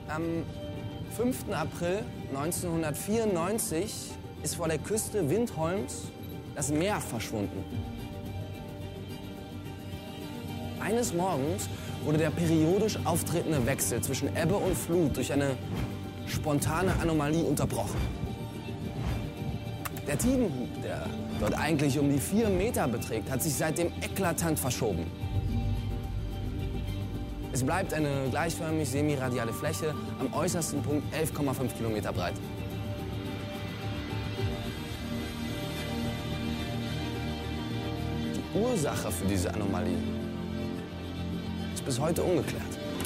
Am 5. April 1994 ist vor der Küste Windholms das Meer verschwunden. Eines Morgens wurde der periodisch auftretende Wechsel zwischen Ebbe und Flut durch eine spontane Anomalie unterbrochen. Der Tidenhub, der dort eigentlich um die 4 Meter beträgt, hat sich seitdem eklatant verschoben. Es bleibt eine gleichförmig semiradiale Fläche, am äußersten Punkt 11,5 Kilometer breit. Die Ursache für diese Anomalie ist bis heute ungeklärt.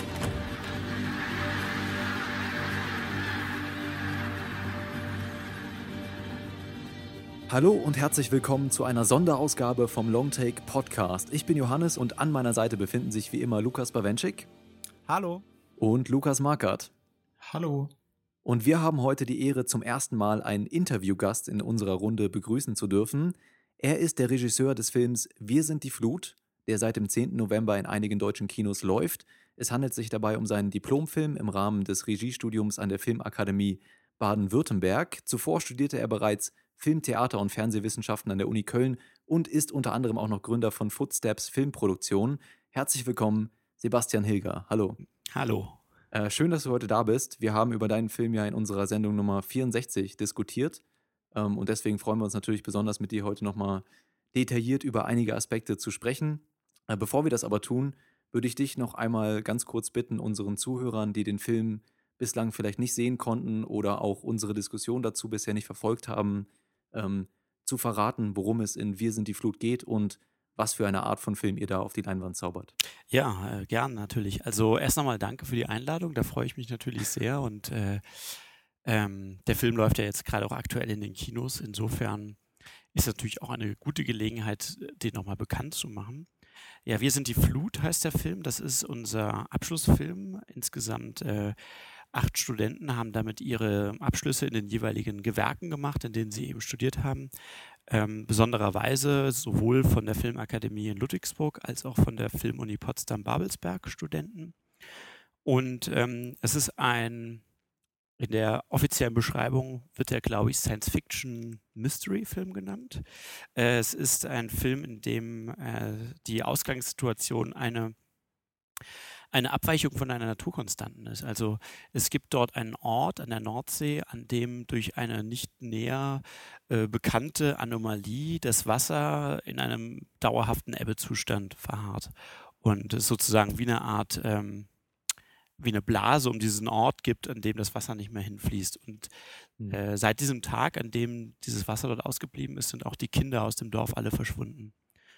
Hallo und herzlich willkommen zu einer Sonderausgabe vom Longtake Podcast. Ich bin Johannes und an meiner Seite befinden sich wie immer Lukas Bawenschik. Hallo. Und Lukas Markert. Hallo. Und wir haben heute die Ehre, zum ersten Mal einen Interviewgast in unserer Runde begrüßen zu dürfen. Er ist der Regisseur des Films Wir sind die Flut, der seit dem 10. November in einigen deutschen Kinos läuft. Es handelt sich dabei um seinen Diplomfilm im Rahmen des Regiestudiums an der Filmakademie Baden-Württemberg. Zuvor studierte er bereits Film-, Theater- und Fernsehwissenschaften an der Uni Köln und ist unter anderem auch noch Gründer von Footsteps Filmproduktion. Herzlich willkommen, Sebastian Hilger. Hallo. Hallo. Schön, dass du heute da bist. Wir haben über deinen Film ja in unserer Sendung Nummer 64 diskutiert. Und deswegen freuen wir uns natürlich besonders, mit dir heute nochmal detailliert über einige Aspekte zu sprechen. Bevor wir das aber tun, würde ich dich noch einmal ganz kurz bitten, unseren Zuhörern, die den Film bislang vielleicht nicht sehen konnten oder auch unsere Diskussion dazu bisher nicht verfolgt haben, zu verraten, worum es in Wir sind die Flut geht und was für eine Art von Film ihr da auf die Leinwand zaubert. Ja, gern natürlich. Also erst nochmal danke für die Einladung, da freue ich mich natürlich sehr und der Film läuft ja jetzt gerade auch aktuell in den Kinos. Insofern ist natürlich auch eine gute Gelegenheit, den nochmal bekannt zu machen. Ja, Wir sind die Flut heißt der Film. Das ist unser Abschlussfilm. Insgesamt 8 Studenten haben damit ihre Abschlüsse in den jeweiligen Gewerken gemacht, in denen sie eben studiert haben. Besondererweise sowohl von der Filmakademie in Ludwigsburg als auch von der Filmuni Potsdam-Babelsberg Studenten. Und es ist in der offiziellen Beschreibung wird er, glaube ich, Science-Fiction-Mystery-Film genannt. Es ist ein Film, in dem die Ausgangssituation eine Abweichung von einer Naturkonstanten ist. Also es gibt dort einen Ort an der Nordsee, an dem durch eine nicht näher bekannte Anomalie das Wasser in einem dauerhaften Ebbezustand verharrt. Und es sozusagen wie eine Art wie eine Blase um diesen Ort gibt, an dem das Wasser nicht mehr hinfließt. Und seit diesem Tag, an dem dieses Wasser dort ausgeblieben ist, sind auch die Kinder aus dem Dorf alle verschwunden.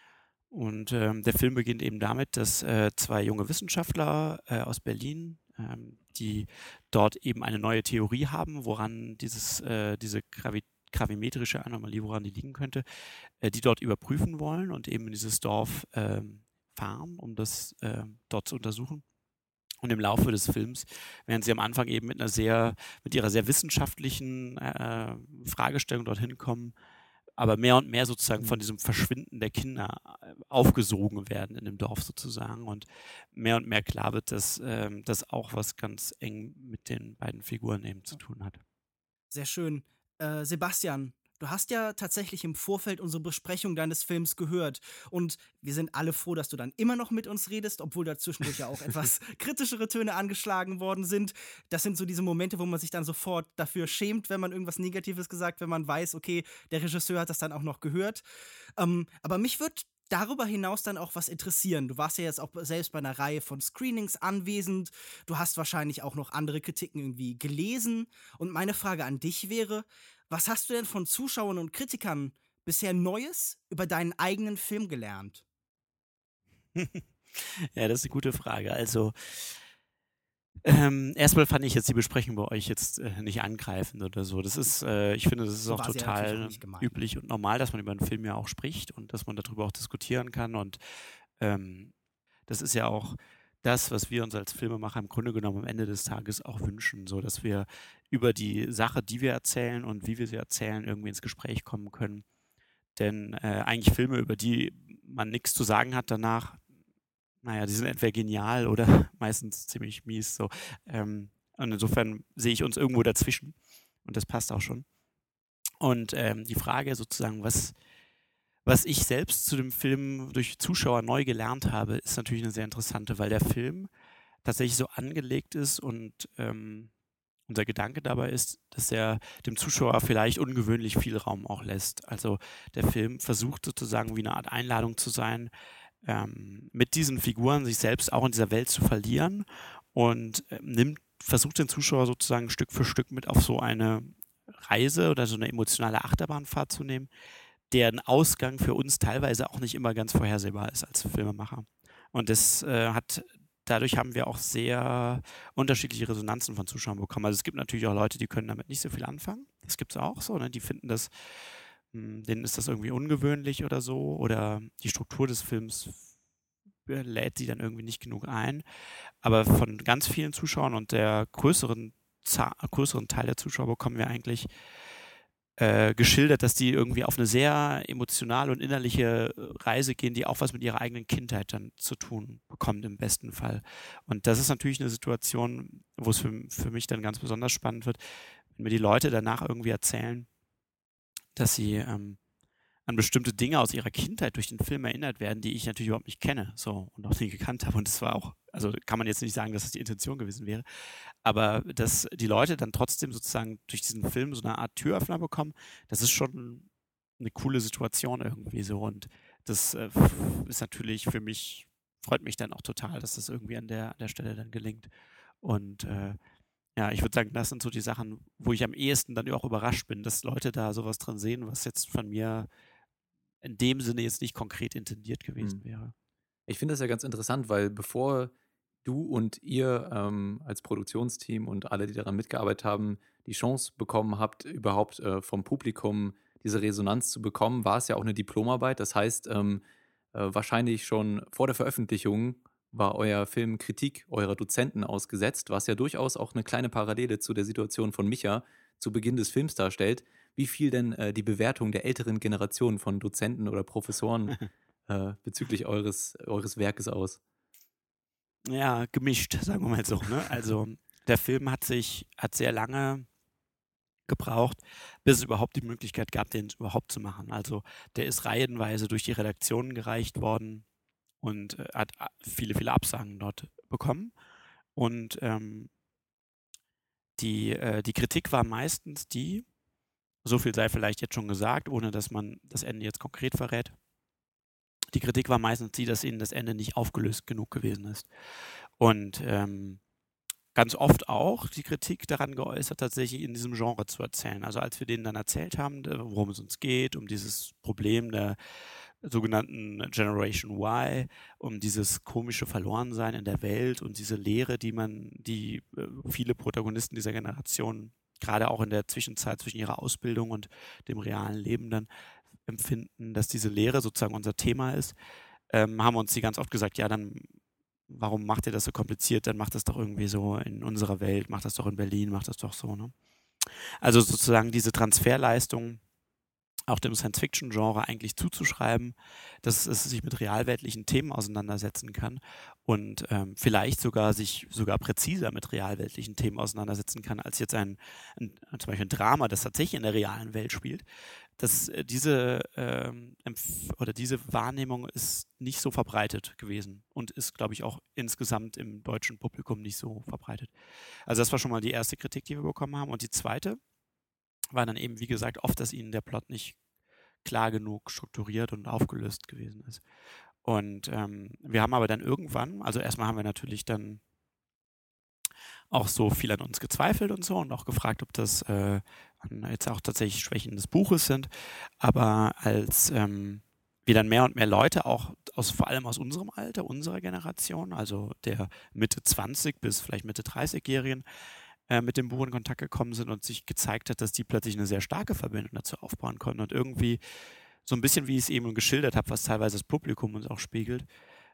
Und der Film beginnt eben damit, dass 2 junge Wissenschaftler aus Berlin, die dort eben eine neue Theorie haben, woran diese gravimetrische Anomalie, woran die liegen könnte, die dort überprüfen wollen und eben in dieses Dorf fahren, um das dort zu untersuchen. Und im Laufe des Films werden sie am Anfang eben mit ihrer sehr wissenschaftlichen Fragestellung dorthin kommen, aber mehr und mehr sozusagen von diesem Verschwinden der Kinder aufgesogen werden in dem Dorf sozusagen und mehr klar wird, dass das auch was ganz eng mit den beiden Figuren eben zu tun hat. Sehr schön. Sebastian, du hast ja tatsächlich im Vorfeld unsere Besprechung deines Films gehört und wir sind alle froh, dass du dann immer noch mit uns redest, obwohl da zwischendurch ja auch etwas kritischere Töne angeschlagen worden sind. Das sind so diese Momente, wo man sich dann sofort dafür schämt, wenn man irgendwas Negatives gesagt, wenn man weiß, okay, der Regisseur hat das dann auch noch gehört. Aber mich würde darüber hinaus dann auch was interessieren. Du warst ja jetzt auch selbst bei einer Reihe von Screenings anwesend. Du hast wahrscheinlich auch noch andere Kritiken irgendwie gelesen. Und meine Frage an dich wäre, was hast du denn von Zuschauern und Kritikern bisher Neues über deinen eigenen Film gelernt? Ja, das ist eine gute Frage. Also erstmal fand ich jetzt die Besprechung bei euch jetzt nicht angreifend oder so. Das ist, ich finde, das ist So auch war sie ja total natürlich auch nicht gemeint. üblich und normal, dass man über einen Film ja auch spricht und dass man darüber auch diskutieren kann. Und das ist ja auch das, was wir uns als Filmemacher im Grunde genommen am Ende des Tages auch wünschen, so dass wir über die Sache, die wir erzählen und wie wir sie erzählen, irgendwie ins Gespräch kommen können. Denn eigentlich Filme, über die man nichts zu sagen hat danach, naja, die sind entweder genial oder meistens ziemlich mies. So. Und insofern sehe ich uns irgendwo dazwischen. Und das passt auch schon. Und die Frage sozusagen, was ich selbst zu dem Film durch Zuschauer neu gelernt habe, ist natürlich eine sehr interessante, weil der Film tatsächlich so angelegt ist und unser Gedanke dabei ist, dass er dem Zuschauer vielleicht ungewöhnlich viel Raum auch lässt. Also der Film versucht sozusagen wie eine Art Einladung zu sein, mit diesen Figuren sich selbst auch in dieser Welt zu verlieren und versucht den Zuschauer sozusagen Stück für Stück mit auf so eine Reise oder so eine emotionale Achterbahnfahrt zu nehmen, deren Ausgang für uns teilweise auch nicht immer ganz vorhersehbar ist als Filmemacher. Und dadurch haben wir auch sehr unterschiedliche Resonanzen von Zuschauern bekommen. Also es gibt natürlich auch Leute, die können damit nicht so viel anfangen. Das gibt es auch so, ne? Die finden das, denen ist das irgendwie ungewöhnlich oder so. Oder die Struktur des Films lädt sie dann irgendwie nicht genug ein. Aber von ganz vielen Zuschauern und der größeren Teil der Zuschauer bekommen wir eigentlich geschildert, dass die irgendwie auf eine sehr emotionale und innerliche Reise gehen, die auch was mit ihrer eigenen Kindheit dann zu tun bekommt im besten Fall. Und das ist natürlich eine Situation, wo es für mich dann ganz besonders spannend wird, wenn mir die Leute danach irgendwie erzählen, dass sie an bestimmte Dinge aus ihrer Kindheit durch den Film erinnert werden, die ich natürlich überhaupt nicht kenne, so, und auch nie gekannt habe. Und das war auch, also kann man jetzt nicht sagen, dass das die Intention gewesen wäre, aber dass die Leute dann trotzdem sozusagen durch diesen Film so eine Art Türöffner bekommen, das ist schon eine coole Situation irgendwie so. Und das ist natürlich für mich, freut mich dann auch total, dass das irgendwie an der Stelle dann gelingt. Und ja, ich würde sagen, das sind so die Sachen, wo ich am ehesten dann auch überrascht bin, dass Leute da sowas drin sehen, was jetzt von mir in dem Sinne jetzt nicht konkret intendiert gewesen wäre. Ich finde das ja ganz interessant, weil bevor du und ihr als Produktionsteam und alle, die daran mitgearbeitet haben, die Chance bekommen habt, überhaupt vom Publikum diese Resonanz zu bekommen, war es ja auch eine Diplomarbeit. Das heißt, wahrscheinlich schon vor der Veröffentlichung war euer Film Kritik eurer Dozenten ausgesetzt, was ja durchaus auch eine kleine Parallele zu der Situation von Micha zu Beginn des Films darstellt. Wie fiel denn die Bewertung der älteren Generation von Dozenten oder Professoren bezüglich eures Werkes aus? Ja, gemischt, sagen wir mal so. Ne? Also der Film hat sehr lange gebraucht, bis es überhaupt die Möglichkeit gab, den überhaupt zu machen. Also der ist reihenweise durch die Redaktionen gereicht worden und hat viele, viele Absagen dort bekommen. Und die Kritik war meistens die, so viel sei vielleicht jetzt schon gesagt, ohne dass man das Ende jetzt konkret verrät. Die Kritik war meistens die, dass ihnen das Ende nicht aufgelöst genug gewesen ist. Und ganz oft auch die Kritik daran geäußert, tatsächlich in diesem Genre zu erzählen. Also als wir denen dann erzählt haben, worum es uns geht, um dieses Problem der sogenannten Generation Y, um dieses komische Verlorensein in der Welt und diese Leere, die viele Protagonisten dieser Generation gerade auch in der Zwischenzeit zwischen ihrer Ausbildung und dem realen Leben dann empfinden, dass diese Leere sozusagen unser Thema ist, haben uns die ganz oft gesagt, ja, dann warum macht ihr das so kompliziert? Dann macht das doch irgendwie so in unserer Welt, macht das doch in Berlin, macht das doch so. Ne? Also sozusagen diese Transferleistung auch dem Science-Fiction-Genre eigentlich zuzuschreiben, dass es sich mit realweltlichen Themen auseinandersetzen kann und vielleicht sich sogar präziser mit realweltlichen Themen auseinandersetzen kann, als jetzt zum Beispiel ein Drama, das tatsächlich in der realen Welt spielt. Diese Wahrnehmung ist nicht so verbreitet gewesen und ist, glaube ich, auch insgesamt im deutschen Publikum nicht so verbreitet. Also das war schon mal die erste Kritik, die wir bekommen haben. Und die zweite war dann eben, wie gesagt, oft, dass ihnen der Plot nicht klar genug strukturiert und aufgelöst gewesen ist. Und wir haben aber dann irgendwann, also erstmal haben wir natürlich dann auch so viel an uns gezweifelt und so und auch gefragt, ob das jetzt auch tatsächlich Schwächen des Buches sind. Aber als wir dann mehr und mehr Leute auch vor allem aus unserem Alter, unserer Generation, also der Mitte 20 bis vielleicht Mitte 30-Jährigen, mit dem Buch in Kontakt gekommen sind und sich gezeigt hat, dass die plötzlich eine sehr starke Verbindung dazu aufbauen konnten und irgendwie so ein bisschen, wie ich es eben geschildert habe, was teilweise das Publikum uns auch spiegelt,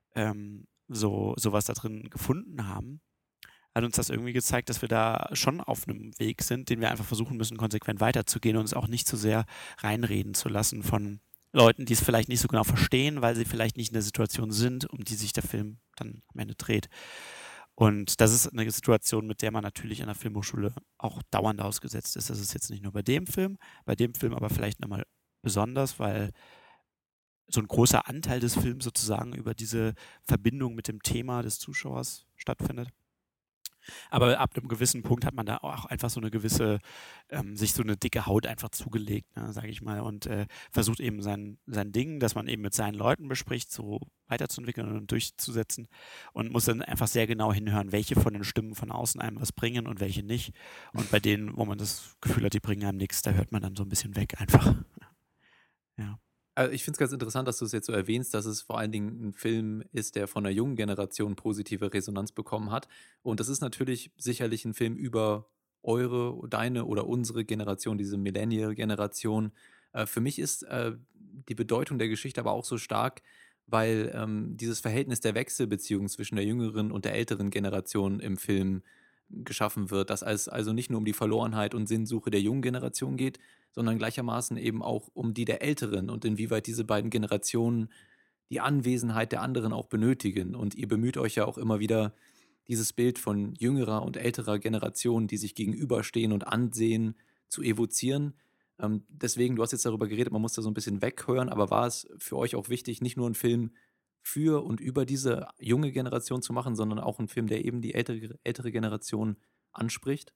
sowas da drin gefunden haben, hat uns das irgendwie gezeigt, dass wir da schon auf einem Weg sind, den wir einfach versuchen müssen, konsequent weiterzugehen und uns auch nicht zu sehr reinreden zu lassen von Leuten, die es vielleicht nicht so genau verstehen, weil sie vielleicht nicht in der Situation sind, um die sich der Film dann am Ende dreht. Und das ist eine Situation, mit der man natürlich an der Filmhochschule auch dauernd ausgesetzt ist. Das ist jetzt nicht nur bei dem Film aber vielleicht nochmal besonders, weil so ein großer Anteil des Films sozusagen über diese Verbindung mit dem Thema des Zuschauers stattfindet. Aber ab einem gewissen Punkt hat man da auch einfach so eine gewisse, sich so eine dicke Haut einfach zugelegt, ne, sage ich mal, und versucht eben sein Ding, das man eben mit seinen Leuten bespricht, so weiterzuentwickeln und durchzusetzen und muss dann einfach sehr genau hinhören, welche von den Stimmen von außen einem was bringen und welche nicht. Und bei denen, wo man das Gefühl hat, die bringen einem nichts, da hört man dann so ein bisschen weg einfach. Ja. Also ich finde es ganz interessant, dass du es jetzt so erwähnst, dass es vor allen Dingen ein Film ist, der von der jungen Generation positive Resonanz bekommen hat. Und das ist natürlich sicherlich ein Film über deine oder unsere Generation, diese Millennial-Generation. Für mich ist die Bedeutung der Geschichte aber auch so stark, weil dieses Verhältnis der Wechselbeziehung zwischen der jüngeren und der älteren Generation im Film geschaffen wird, dass es also nicht nur um die Verlorenheit und Sinnsuche der jungen Generation geht, sondern gleichermaßen eben auch um die der Älteren und inwieweit diese beiden Generationen die Anwesenheit der anderen auch benötigen. Und ihr bemüht euch ja auch immer wieder, dieses Bild von jüngerer und älterer Generation, die sich gegenüberstehen und ansehen, zu evozieren. Deswegen, du hast jetzt darüber geredet, man muss da so ein bisschen weghören, aber war es für euch auch wichtig, nicht nur einen Film für und über diese junge Generation zu machen, sondern auch einen Film, der eben die ältere Generation anspricht?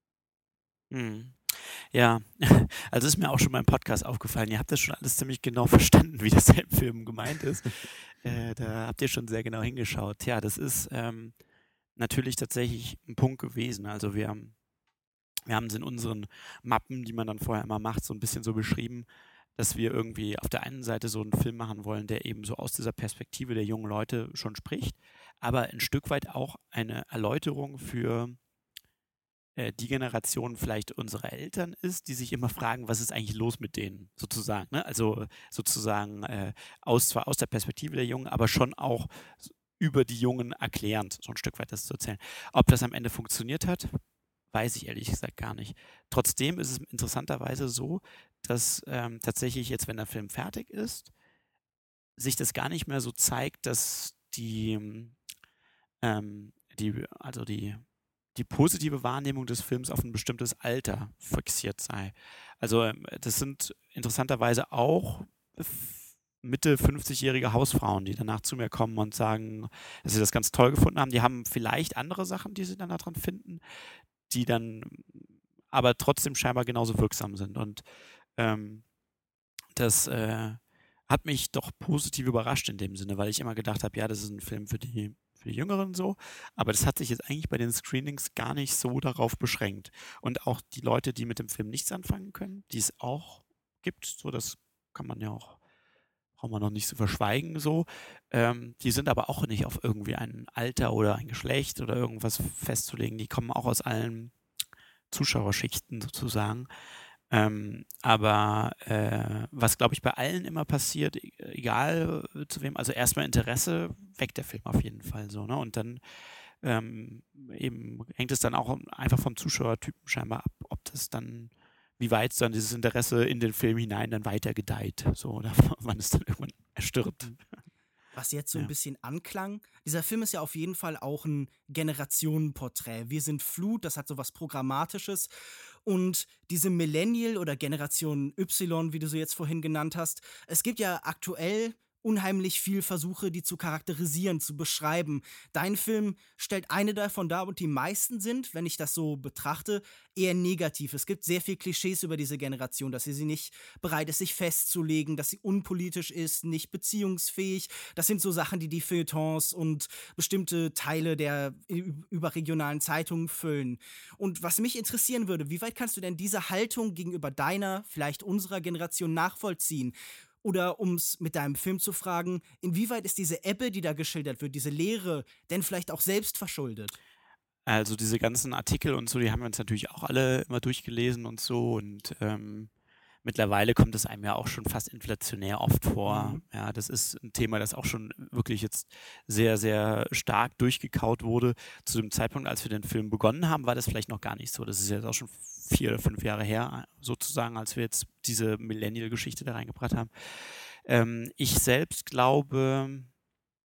Mhm. Ja, also ist mir auch schon beim Podcast aufgefallen, ihr habt das schon alles ziemlich genau verstanden, wie das im Film gemeint ist. Da habt ihr schon sehr genau hingeschaut. Ja, das ist natürlich tatsächlich ein Punkt gewesen. Also wir haben es in unseren Mappen, die man dann vorher immer macht, so ein bisschen so beschrieben, dass wir irgendwie auf der einen Seite so einen Film machen wollen, der eben so aus dieser Perspektive der jungen Leute schon spricht, aber ein Stück weit auch eine Erläuterung für die Generation vielleicht unserer Eltern ist, die sich immer fragen, was ist eigentlich los mit denen sozusagen. Ne? Also sozusagen zwar aus der Perspektive der Jungen, aber schon auch über die Jungen erklärend, so ein Stück weit das zu erzählen. Ob das am Ende funktioniert hat, weiß ich ehrlich gesagt gar nicht. Trotzdem ist es interessanterweise so, dass tatsächlich jetzt, wenn der Film fertig ist, sich das gar nicht mehr so zeigt, dass die positive Wahrnehmung des Films auf ein bestimmtes Alter fixiert sei. Also das sind interessanterweise auch Mitte 50-jährige Hausfrauen, die danach zu mir kommen und sagen, dass sie das ganz toll gefunden haben. Die haben vielleicht andere Sachen, die sie dann daran finden, die dann aber trotzdem scheinbar genauso wirksam sind. Und das hat mich doch positiv überrascht in dem Sinne, weil ich immer gedacht habe, ja, das ist ein Film für die Jüngeren so, aber das hat sich jetzt eigentlich bei den Screenings gar nicht so darauf beschränkt. Und auch die Leute, die mit dem Film nichts anfangen können, die es auch gibt, so das kann man ja auch, braucht man noch nicht zu verschweigen so, die sind aber auch nicht auf irgendwie ein Alter oder ein Geschlecht oder irgendwas festzulegen, die kommen auch aus allen Zuschauerschichten sozusagen. Aber was, glaube ich, bei allen immer passiert, egal zu wem, also erstmal Interesse weckt der Film auf jeden Fall so, ne? Und dann eben hängt es dann auch einfach vom Zuschauertypen scheinbar ab, ob das dann, wie weit dann dieses Interesse in den Film hinein dann weiter gedeiht, so, oder wann es dann irgendwann erstirbt. Was jetzt so ein bisschen anklang, dieser Film ist ja auf jeden Fall auch ein Generationenporträt. Wir sind Flut, das hat so was Programmatisches. Und diese Millennial oder Generation Y, wie du sie jetzt vorhin genannt hast, es gibt ja aktuell unheimlich viel Versuche, die zu charakterisieren, zu beschreiben. Dein Film stellt eine davon dar und die meisten sind, wenn ich das so betrachte, eher negativ. Es gibt sehr viel Klischees über diese Generation, dass sie nicht bereit ist, sich festzulegen, dass sie unpolitisch ist, nicht beziehungsfähig. Das sind so Sachen, die Feuilletons und bestimmte Teile der überregionalen Zeitungen füllen. Und was mich interessieren würde, wie weit kannst du denn diese Haltung gegenüber deiner, vielleicht unserer Generation nachvollziehen? Oder um es mit deinem Film zu fragen, inwieweit ist diese Ebbe, die da geschildert wird, diese Leere, denn vielleicht auch selbst verschuldet? Also diese ganzen Artikel und so, die haben wir uns natürlich auch alle immer durchgelesen und so und mittlerweile kommt es einem ja auch schon fast inflationär oft vor. Mhm. Ja, das ist ein Thema, das auch schon wirklich jetzt sehr, sehr stark durchgekaut wurde. Zu dem Zeitpunkt, als wir den Film begonnen haben, war das vielleicht noch gar nicht so. Das ist jetzt auch schon 4 oder 5 Jahre her, sozusagen, als wir jetzt diese Millennial-Geschichte da reingebracht haben. Ich selbst glaube,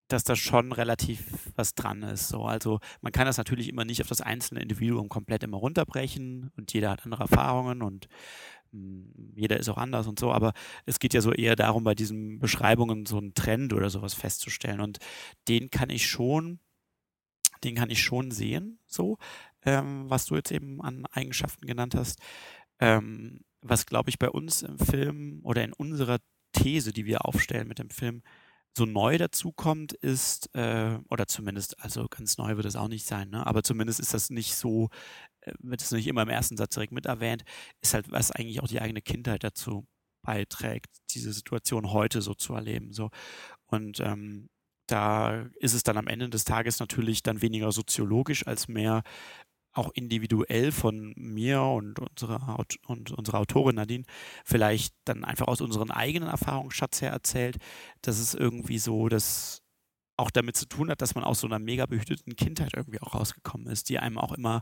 dass da schon relativ was dran ist. So. Also man kann das natürlich immer nicht auf das einzelne Individuum komplett immer runterbrechen und jeder hat andere Erfahrungen und jeder ist auch anders und so, aber es geht ja so eher darum, bei diesen Beschreibungen so einen Trend oder sowas festzustellen und den kann ich schon sehen, so, was du jetzt eben an Eigenschaften genannt hast. Was, glaube ich, bei uns im Film oder in unserer These, die wir aufstellen mit dem Film, so neu dazukommt, ist, oder zumindest, also ganz neu wird es auch nicht sein, ne? Aber zumindest ist das nicht so, wird es nicht immer im ersten Satz direkt mit erwähnt, ist halt, was eigentlich auch die eigene Kindheit dazu beiträgt, diese Situation heute so zu erleben. So. Und da ist es dann am Ende des Tages natürlich dann weniger soziologisch als mehr auch individuell von mir und unserer Autorin Nadine vielleicht dann einfach aus unseren eigenen Erfahrungsschatz her erzählt, dass es irgendwie so, dass auch damit zu tun hat, dass man aus so einer mega behüteten Kindheit irgendwie auch rausgekommen ist, die einem auch immer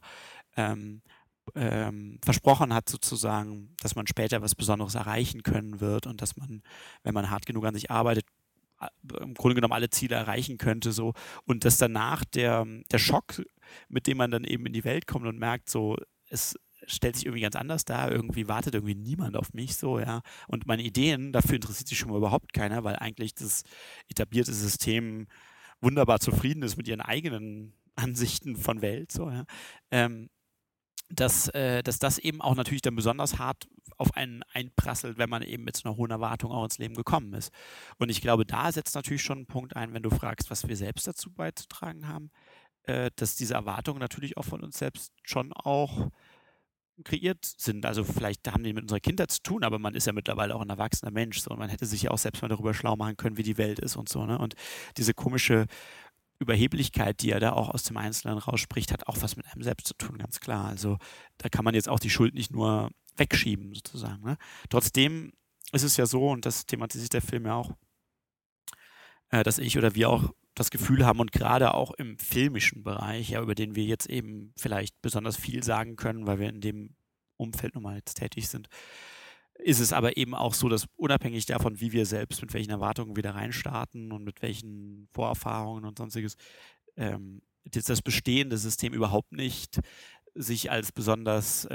versprochen hat sozusagen, dass man später was Besonderes erreichen können wird und dass man, wenn man hart genug an sich arbeitet, im Grunde genommen alle Ziele erreichen könnte, so. Und dass danach der Schock, mit dem man dann eben in die Welt kommt und merkt, so, es stellt sich irgendwie ganz anders dar, irgendwie wartet irgendwie niemand auf mich, so, ja. Und meine Ideen, dafür interessiert sich schon mal überhaupt keiner, weil eigentlich das etablierte System wunderbar zufrieden ist mit ihren eigenen Ansichten von Welt, so, ja. Dass das eben auch natürlich dann besonders hart auf einen einprasselt, wenn man eben mit so einer hohen Erwartung auch ins Leben gekommen ist. Und ich glaube, da setzt natürlich schon ein Punkt ein, wenn du fragst, was wir selbst dazu beizutragen haben, dass diese Erwartungen natürlich auch von uns selbst schon auch kreiert sind. Also vielleicht haben die mit unserer Kindheit zu tun, aber man ist ja mittlerweile auch ein erwachsener Mensch. So. Und man hätte sich ja auch selbst mal darüber schlau machen können, wie die Welt ist und so. Ne? Und diese komische Überheblichkeit, die er da auch aus dem Einzelnen rausspricht, hat auch was mit einem selbst zu tun, ganz klar. Also da kann man jetzt auch die Schuld nicht nur wegschieben, sozusagen. Ne? Trotzdem ist es ja so, und das thematisiert der Film ja auch, dass ich oder wir auch das Gefühl haben und gerade auch im filmischen Bereich, ja, über den wir jetzt eben vielleicht besonders viel sagen können, weil wir in dem Umfeld nun mal jetzt tätig sind, ist es aber eben auch so, dass unabhängig davon, wie wir selbst mit welchen Erwartungen wieder reinstarten und mit welchen Vorerfahrungen und sonstiges, das bestehende System überhaupt nicht sich als besonders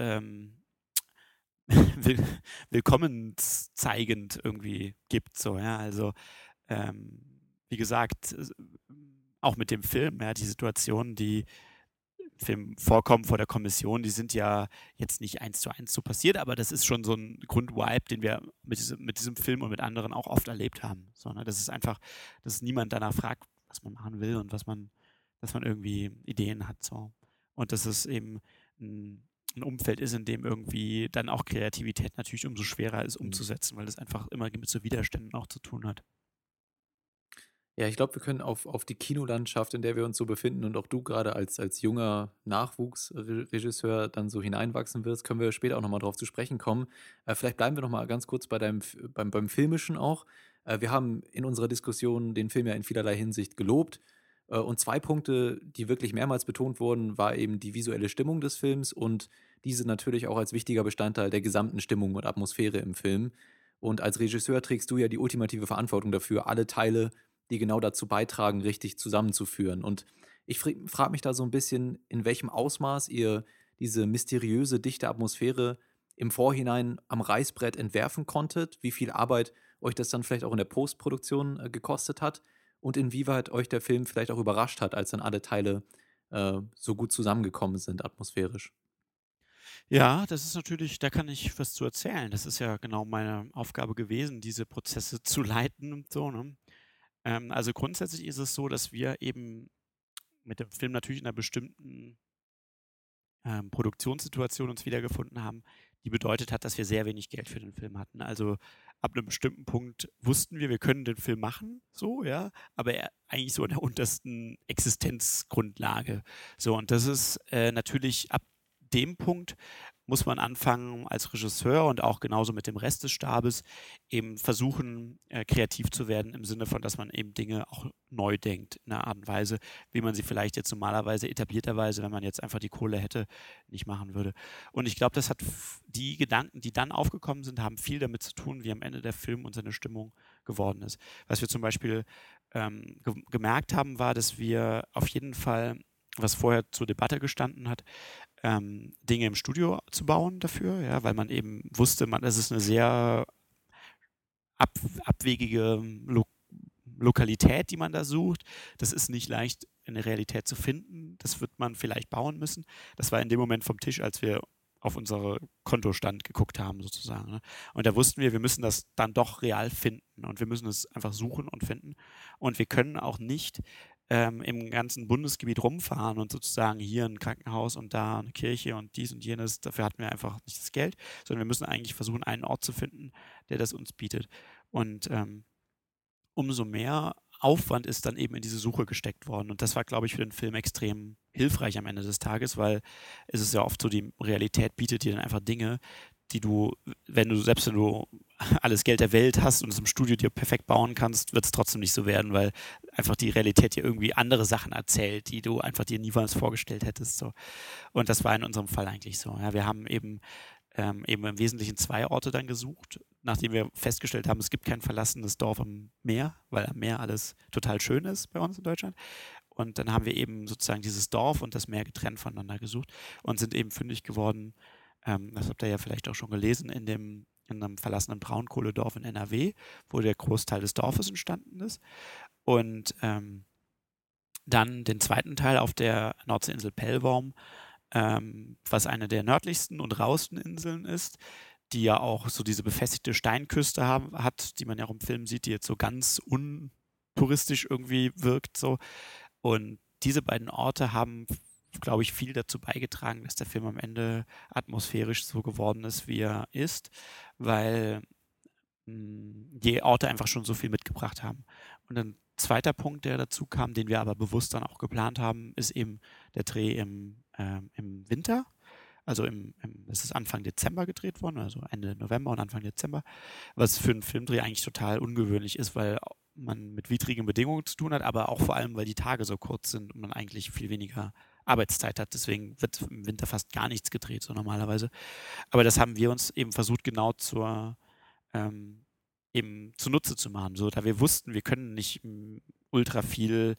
willkommenszeigend irgendwie gibt. So, ja? Also wie gesagt, auch mit dem Film, ja, die Situationen, die im Film vorkommen vor der Kommission, die sind ja jetzt nicht 1:1 so passiert, aber das ist schon so ein Grundvibe, den wir mit diesem Film und mit anderen auch oft erlebt haben. So, ne? Das ist einfach, dass niemand danach fragt, was man machen will und dass man irgendwie Ideen hat. So. Und dass es eben ein Umfeld ist, in dem irgendwie dann auch Kreativität natürlich umso schwerer ist umzusetzen, weil das einfach immer mit so Widerständen auch zu tun hat. Ja, ich glaube, wir können auf die Kinolandschaft, in der wir uns so befinden und auch du gerade als junger Nachwuchsregisseur dann so hineinwachsen wirst, können wir später auch nochmal drauf zu sprechen kommen. Vielleicht bleiben wir nochmal ganz kurz beim Filmischen auch. Wir haben in unserer Diskussion den Film ja in vielerlei Hinsicht gelobt. Und 2 Punkte, die wirklich mehrmals betont wurden, war eben die visuelle Stimmung des Films und diese natürlich auch als wichtiger Bestandteil der gesamten Stimmung und Atmosphäre im Film. Und als Regisseur trägst du ja die ultimative Verantwortung dafür, alle Teile, die genau dazu beitragen, richtig zusammenzuführen. Und ich frage mich da so ein bisschen, in welchem Ausmaß ihr diese mysteriöse, dichte Atmosphäre im Vorhinein am Reißbrett entwerfen konntet, wie viel Arbeit euch das dann vielleicht auch in der Postproduktion gekostet hat und inwieweit euch der Film vielleicht auch überrascht hat, als dann alle Teile so gut zusammengekommen sind, atmosphärisch. Ja, das ist natürlich, da kann ich was zu erzählen. Das ist ja genau meine Aufgabe gewesen, diese Prozesse zu leiten und so. Ne? Also grundsätzlich ist es so, dass wir eben mit dem Film natürlich in einer bestimmten Produktionssituation uns wiedergefunden haben, die bedeutet hat, dass wir sehr wenig Geld für den Film hatten. Also ab einem bestimmten Punkt wussten wir können den Film machen, so, ja, aber eigentlich so in der untersten Existenzgrundlage. So, und das ist natürlich ab dem Punkt muss man anfangen als Regisseur und auch genauso mit dem Rest des Stabes eben versuchen, kreativ zu werden im Sinne von, dass man eben Dinge auch neu denkt in einer Art und Weise, wie man sie vielleicht jetzt normalerweise etablierterweise, wenn man jetzt einfach die Kohle hätte, nicht machen würde. Und ich glaube, das hat die Gedanken, die dann aufgekommen sind, haben viel damit zu tun, wie am Ende der Film und seine Stimmung geworden ist. Was wir zum Beispiel gemerkt haben, war, dass wir auf jeden Fall, was vorher zur Debatte gestanden hat, Dinge im Studio zu bauen dafür, ja, weil man eben wusste, das ist eine sehr abwegige Lokalität, die man da sucht. Das ist nicht leicht in der Realität zu finden. Das wird man vielleicht bauen müssen. Das war in dem Moment vom Tisch, als wir auf unseren Kontostand geguckt haben, sozusagen. Ne? Und da wussten wir müssen das dann doch real finden und wir müssen es einfach suchen und finden. Und wir können auch nicht im ganzen Bundesgebiet rumfahren und sozusagen hier ein Krankenhaus und da eine Kirche und dies und jenes. Dafür hatten wir einfach nicht das Geld, sondern wir müssen eigentlich versuchen, einen Ort zu finden, der das uns bietet. Und umso mehr Aufwand ist dann eben in diese Suche gesteckt worden. Und das war, glaube ich, für den Film extrem hilfreich am Ende des Tages, weil es ist ja oft so, die Realität bietet dir dann einfach Dinge, die du, selbst wenn du alles Geld der Welt hast und es im Studio dir perfekt bauen kannst, wird es trotzdem nicht so werden, weil einfach die Realität dir irgendwie andere Sachen erzählt, die du einfach dir niemals vorgestellt hättest. So. Und das war in unserem Fall eigentlich so. Ja, wir haben eben im Wesentlichen 2 Orte dann gesucht, nachdem wir festgestellt haben, es gibt kein verlassenes Dorf am Meer, weil am Meer alles total schön ist bei uns in Deutschland. Und dann haben wir eben sozusagen dieses Dorf und das Meer getrennt voneinander gesucht und sind eben fündig geworden, das habt ihr ja vielleicht auch schon gelesen, in einem verlassenen Braunkohledorf in NRW, wo der Großteil des Dorfes entstanden ist. Und dann den zweiten Teil auf der Nordseeinsel Pellworm, was eine der nördlichsten und rauesten Inseln ist, die ja auch so diese befestigte Steinküste hat, die man ja auch im Film sieht, die jetzt so ganz untouristisch irgendwie wirkt. So. Und diese beiden Orte haben, glaube ich, viel dazu beigetragen, dass der Film am Ende atmosphärisch so geworden ist, wie er ist, weil die Orte einfach schon so viel mitgebracht haben. Und ein zweiter Punkt, der dazu kam, den wir aber bewusst dann auch geplant haben, ist eben der Dreh im Winter. Also es ist Anfang Dezember gedreht worden, also Ende November und Anfang Dezember, was für einen Filmdreh eigentlich total ungewöhnlich ist, weil man mit widrigen Bedingungen zu tun hat, aber auch vor allem, weil die Tage so kurz sind und man eigentlich viel weniger Arbeitszeit hat. Deswegen wird im Winter fast gar nichts gedreht, so normalerweise. Aber das haben wir uns eben versucht, genau eben zunutze zu machen. So, da wir wussten, wir können nicht ultra viel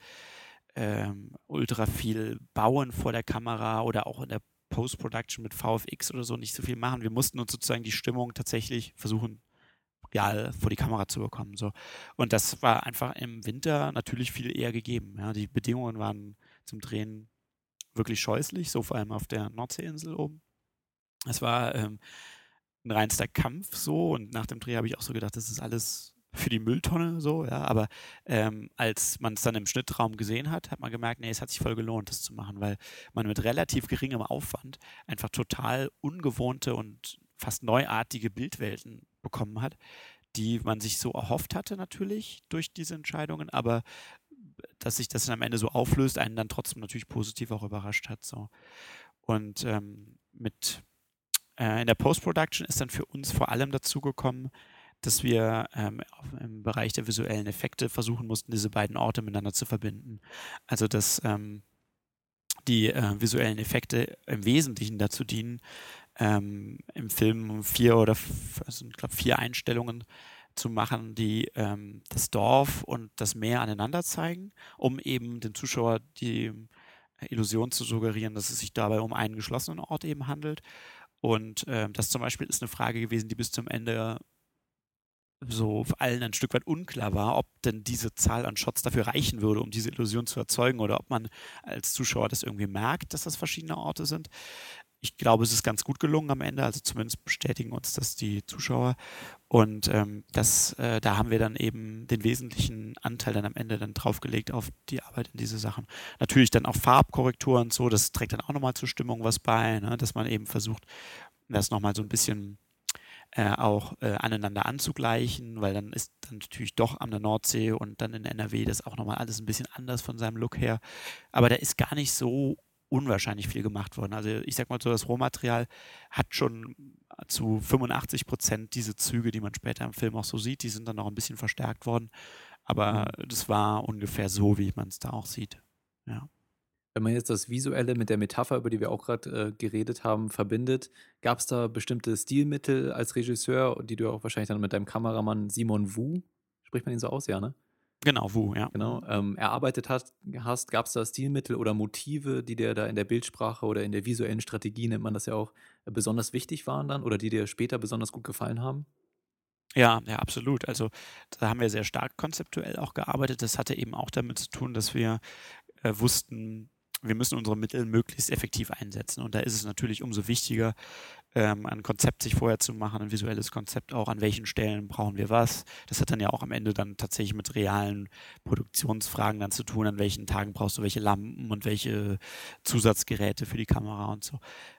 bauen vor der Kamera oder auch in der Post-Production mit VFX oder so nicht so viel machen. Wir mussten uns sozusagen die Stimmung tatsächlich versuchen, real vor die Kamera zu bekommen. So. Und das war einfach im Winter natürlich viel eher gegeben. Ja. Die Bedingungen waren zum Drehen wirklich scheußlich, so vor allem auf der Nordseeinsel oben. Es war ein reinster Kampf so und nach dem Dreh habe ich auch so gedacht, das ist alles für die Mülltonne so, ja, aber als man es dann im Schnittraum gesehen hat, hat man gemerkt, nee, es hat sich voll gelohnt, das zu machen, weil man mit relativ geringem Aufwand einfach total ungewohnte und fast neuartige Bildwelten bekommen hat, die man sich so erhofft hatte natürlich durch diese Entscheidungen, aber dass sich das dann am Ende so auflöst, einen dann trotzdem natürlich positiv auch überrascht hat. So. Und in der Post-Production ist dann für uns vor allem dazu gekommen, dass wir im Bereich der visuellen Effekte versuchen mussten, diese beiden Orte miteinander zu verbinden. Also dass die visuellen Effekte im Wesentlichen dazu dienen, im Film 4 Einstellungen zu machen, die das Dorf und das Meer aneinander zeigen, um eben dem Zuschauer die Illusion zu suggerieren, dass es sich dabei um einen geschlossenen Ort eben handelt. Und das zum Beispiel ist eine Frage gewesen, die bis zum Ende so allen ein Stück weit unklar war, ob denn diese Zahl an Shots dafür reichen würde, um diese Illusion zu erzeugen oder ob man als Zuschauer das irgendwie merkt, dass das verschiedene Orte sind. Ich glaube, es ist ganz gut gelungen am Ende, also zumindest bestätigen uns das die Zuschauer und da haben wir dann eben den wesentlichen Anteil dann am Ende dann draufgelegt auf die Arbeit in diese Sachen. Natürlich dann auch Farbkorrekturen und so, das trägt dann auch nochmal zur Stimmung was bei, ne? Dass man eben versucht, das nochmal so ein bisschen auch aneinander anzugleichen, weil dann ist dann natürlich doch an der Nordsee und dann in NRW das auch nochmal alles ein bisschen anders von seinem Look her. Aber da ist gar nicht so unwahrscheinlich viel gemacht worden. Also ich sag mal so, das Rohmaterial hat schon zu 85% diese Züge, die man später im Film auch so sieht, die sind dann noch ein bisschen verstärkt worden. Aber das war ungefähr so, wie man es da auch sieht. Ja. Wenn man jetzt das Visuelle mit der Metapher, über die wir auch gerade geredet haben, verbindet, gab es da bestimmte Stilmittel als Regisseur, die du auch wahrscheinlich dann mit deinem Kameramann Simon Wu, spricht man ihn so aus, ja, ne? Genau, Wu, ja. Genau, erarbeitet hast, gab es da Stilmittel oder Motive, die dir da in der Bildsprache oder in der visuellen Strategie, nennt man das ja auch, besonders wichtig waren dann oder die dir später besonders gut gefallen haben? Ja, ja, absolut. Also da haben wir sehr stark konzeptuell auch gearbeitet. Das hatte eben auch damit zu tun, dass wir wussten, wir müssen unsere Mittel möglichst effektiv einsetzen. Und da ist es natürlich umso wichtiger, ein Konzept sich vorher zu machen, ein visuelles Konzept auch, an welchen Stellen brauchen wir was. Das hat dann ja auch am Ende dann tatsächlich mit realen Produktionsfragen dann zu tun, an welchen Tagen brauchst du welche Lampen und welche Zusatzgeräte für die Kamera und so.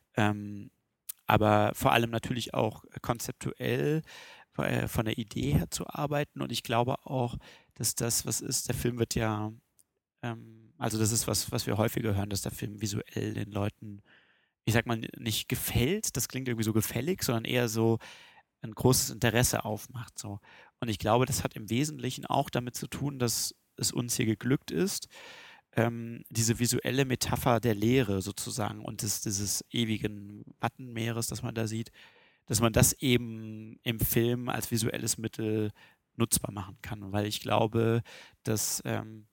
Aber vor allem natürlich auch konzeptuell von der Idee her zu arbeiten. Und ich glaube auch, dass das, was ist, der Film wird ja also das ist was wir häufiger hören, dass der Film visuell den Leuten, ich sag mal, nicht gefällt, das klingt irgendwie so gefällig, sondern eher so ein großes Interesse aufmacht. So. Und ich glaube, das hat im Wesentlichen auch damit zu tun, dass es uns hier geglückt ist, diese visuelle Metapher der Leere sozusagen und dieses ewigen Wattenmeeres, das man da sieht, dass man das eben im Film als visuelles Mittel nutzbar machen kann. Weil ich glaube, dass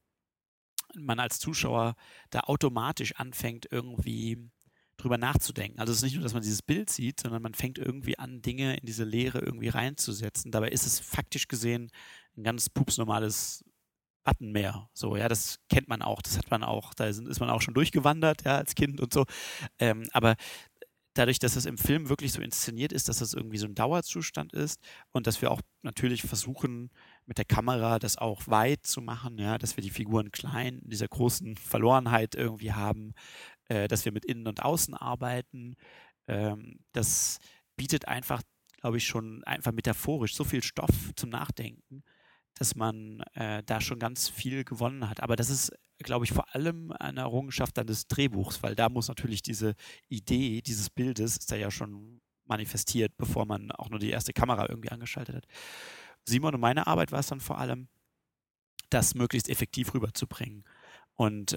man als Zuschauer da automatisch anfängt, irgendwie drüber nachzudenken. Also es ist nicht nur, dass man dieses Bild sieht, sondern man fängt irgendwie an, Dinge in diese Leere irgendwie reinzusetzen. Dabei ist es faktisch gesehen ein ganz pupsnormales Wattenmeer. So, ja, das kennt man auch, das hat man auch, ist man auch schon durchgewandert, ja, als Kind und so. Aber dadurch, dass es im Film wirklich so inszeniert ist, dass das irgendwie so ein Dauerzustand ist und dass wir auch natürlich versuchen, mit der Kamera das auch weit zu machen, ja, dass wir die Figuren klein in dieser großen Verlorenheit irgendwie haben, dass wir mit Innen und Außen arbeiten. Das bietet einfach, glaube ich, schon einfach metaphorisch so viel Stoff zum Nachdenken, dass man da schon ganz viel gewonnen hat. Aber das ist, glaube ich, vor allem eine Errungenschaft dann des Drehbuchs, weil da muss natürlich diese Idee dieses Bildes, ist da ja schon manifestiert, bevor man auch nur die erste Kamera irgendwie angeschaltet hat. Simon und meine Arbeit war es dann vor allem, das möglichst effektiv rüberzubringen. Und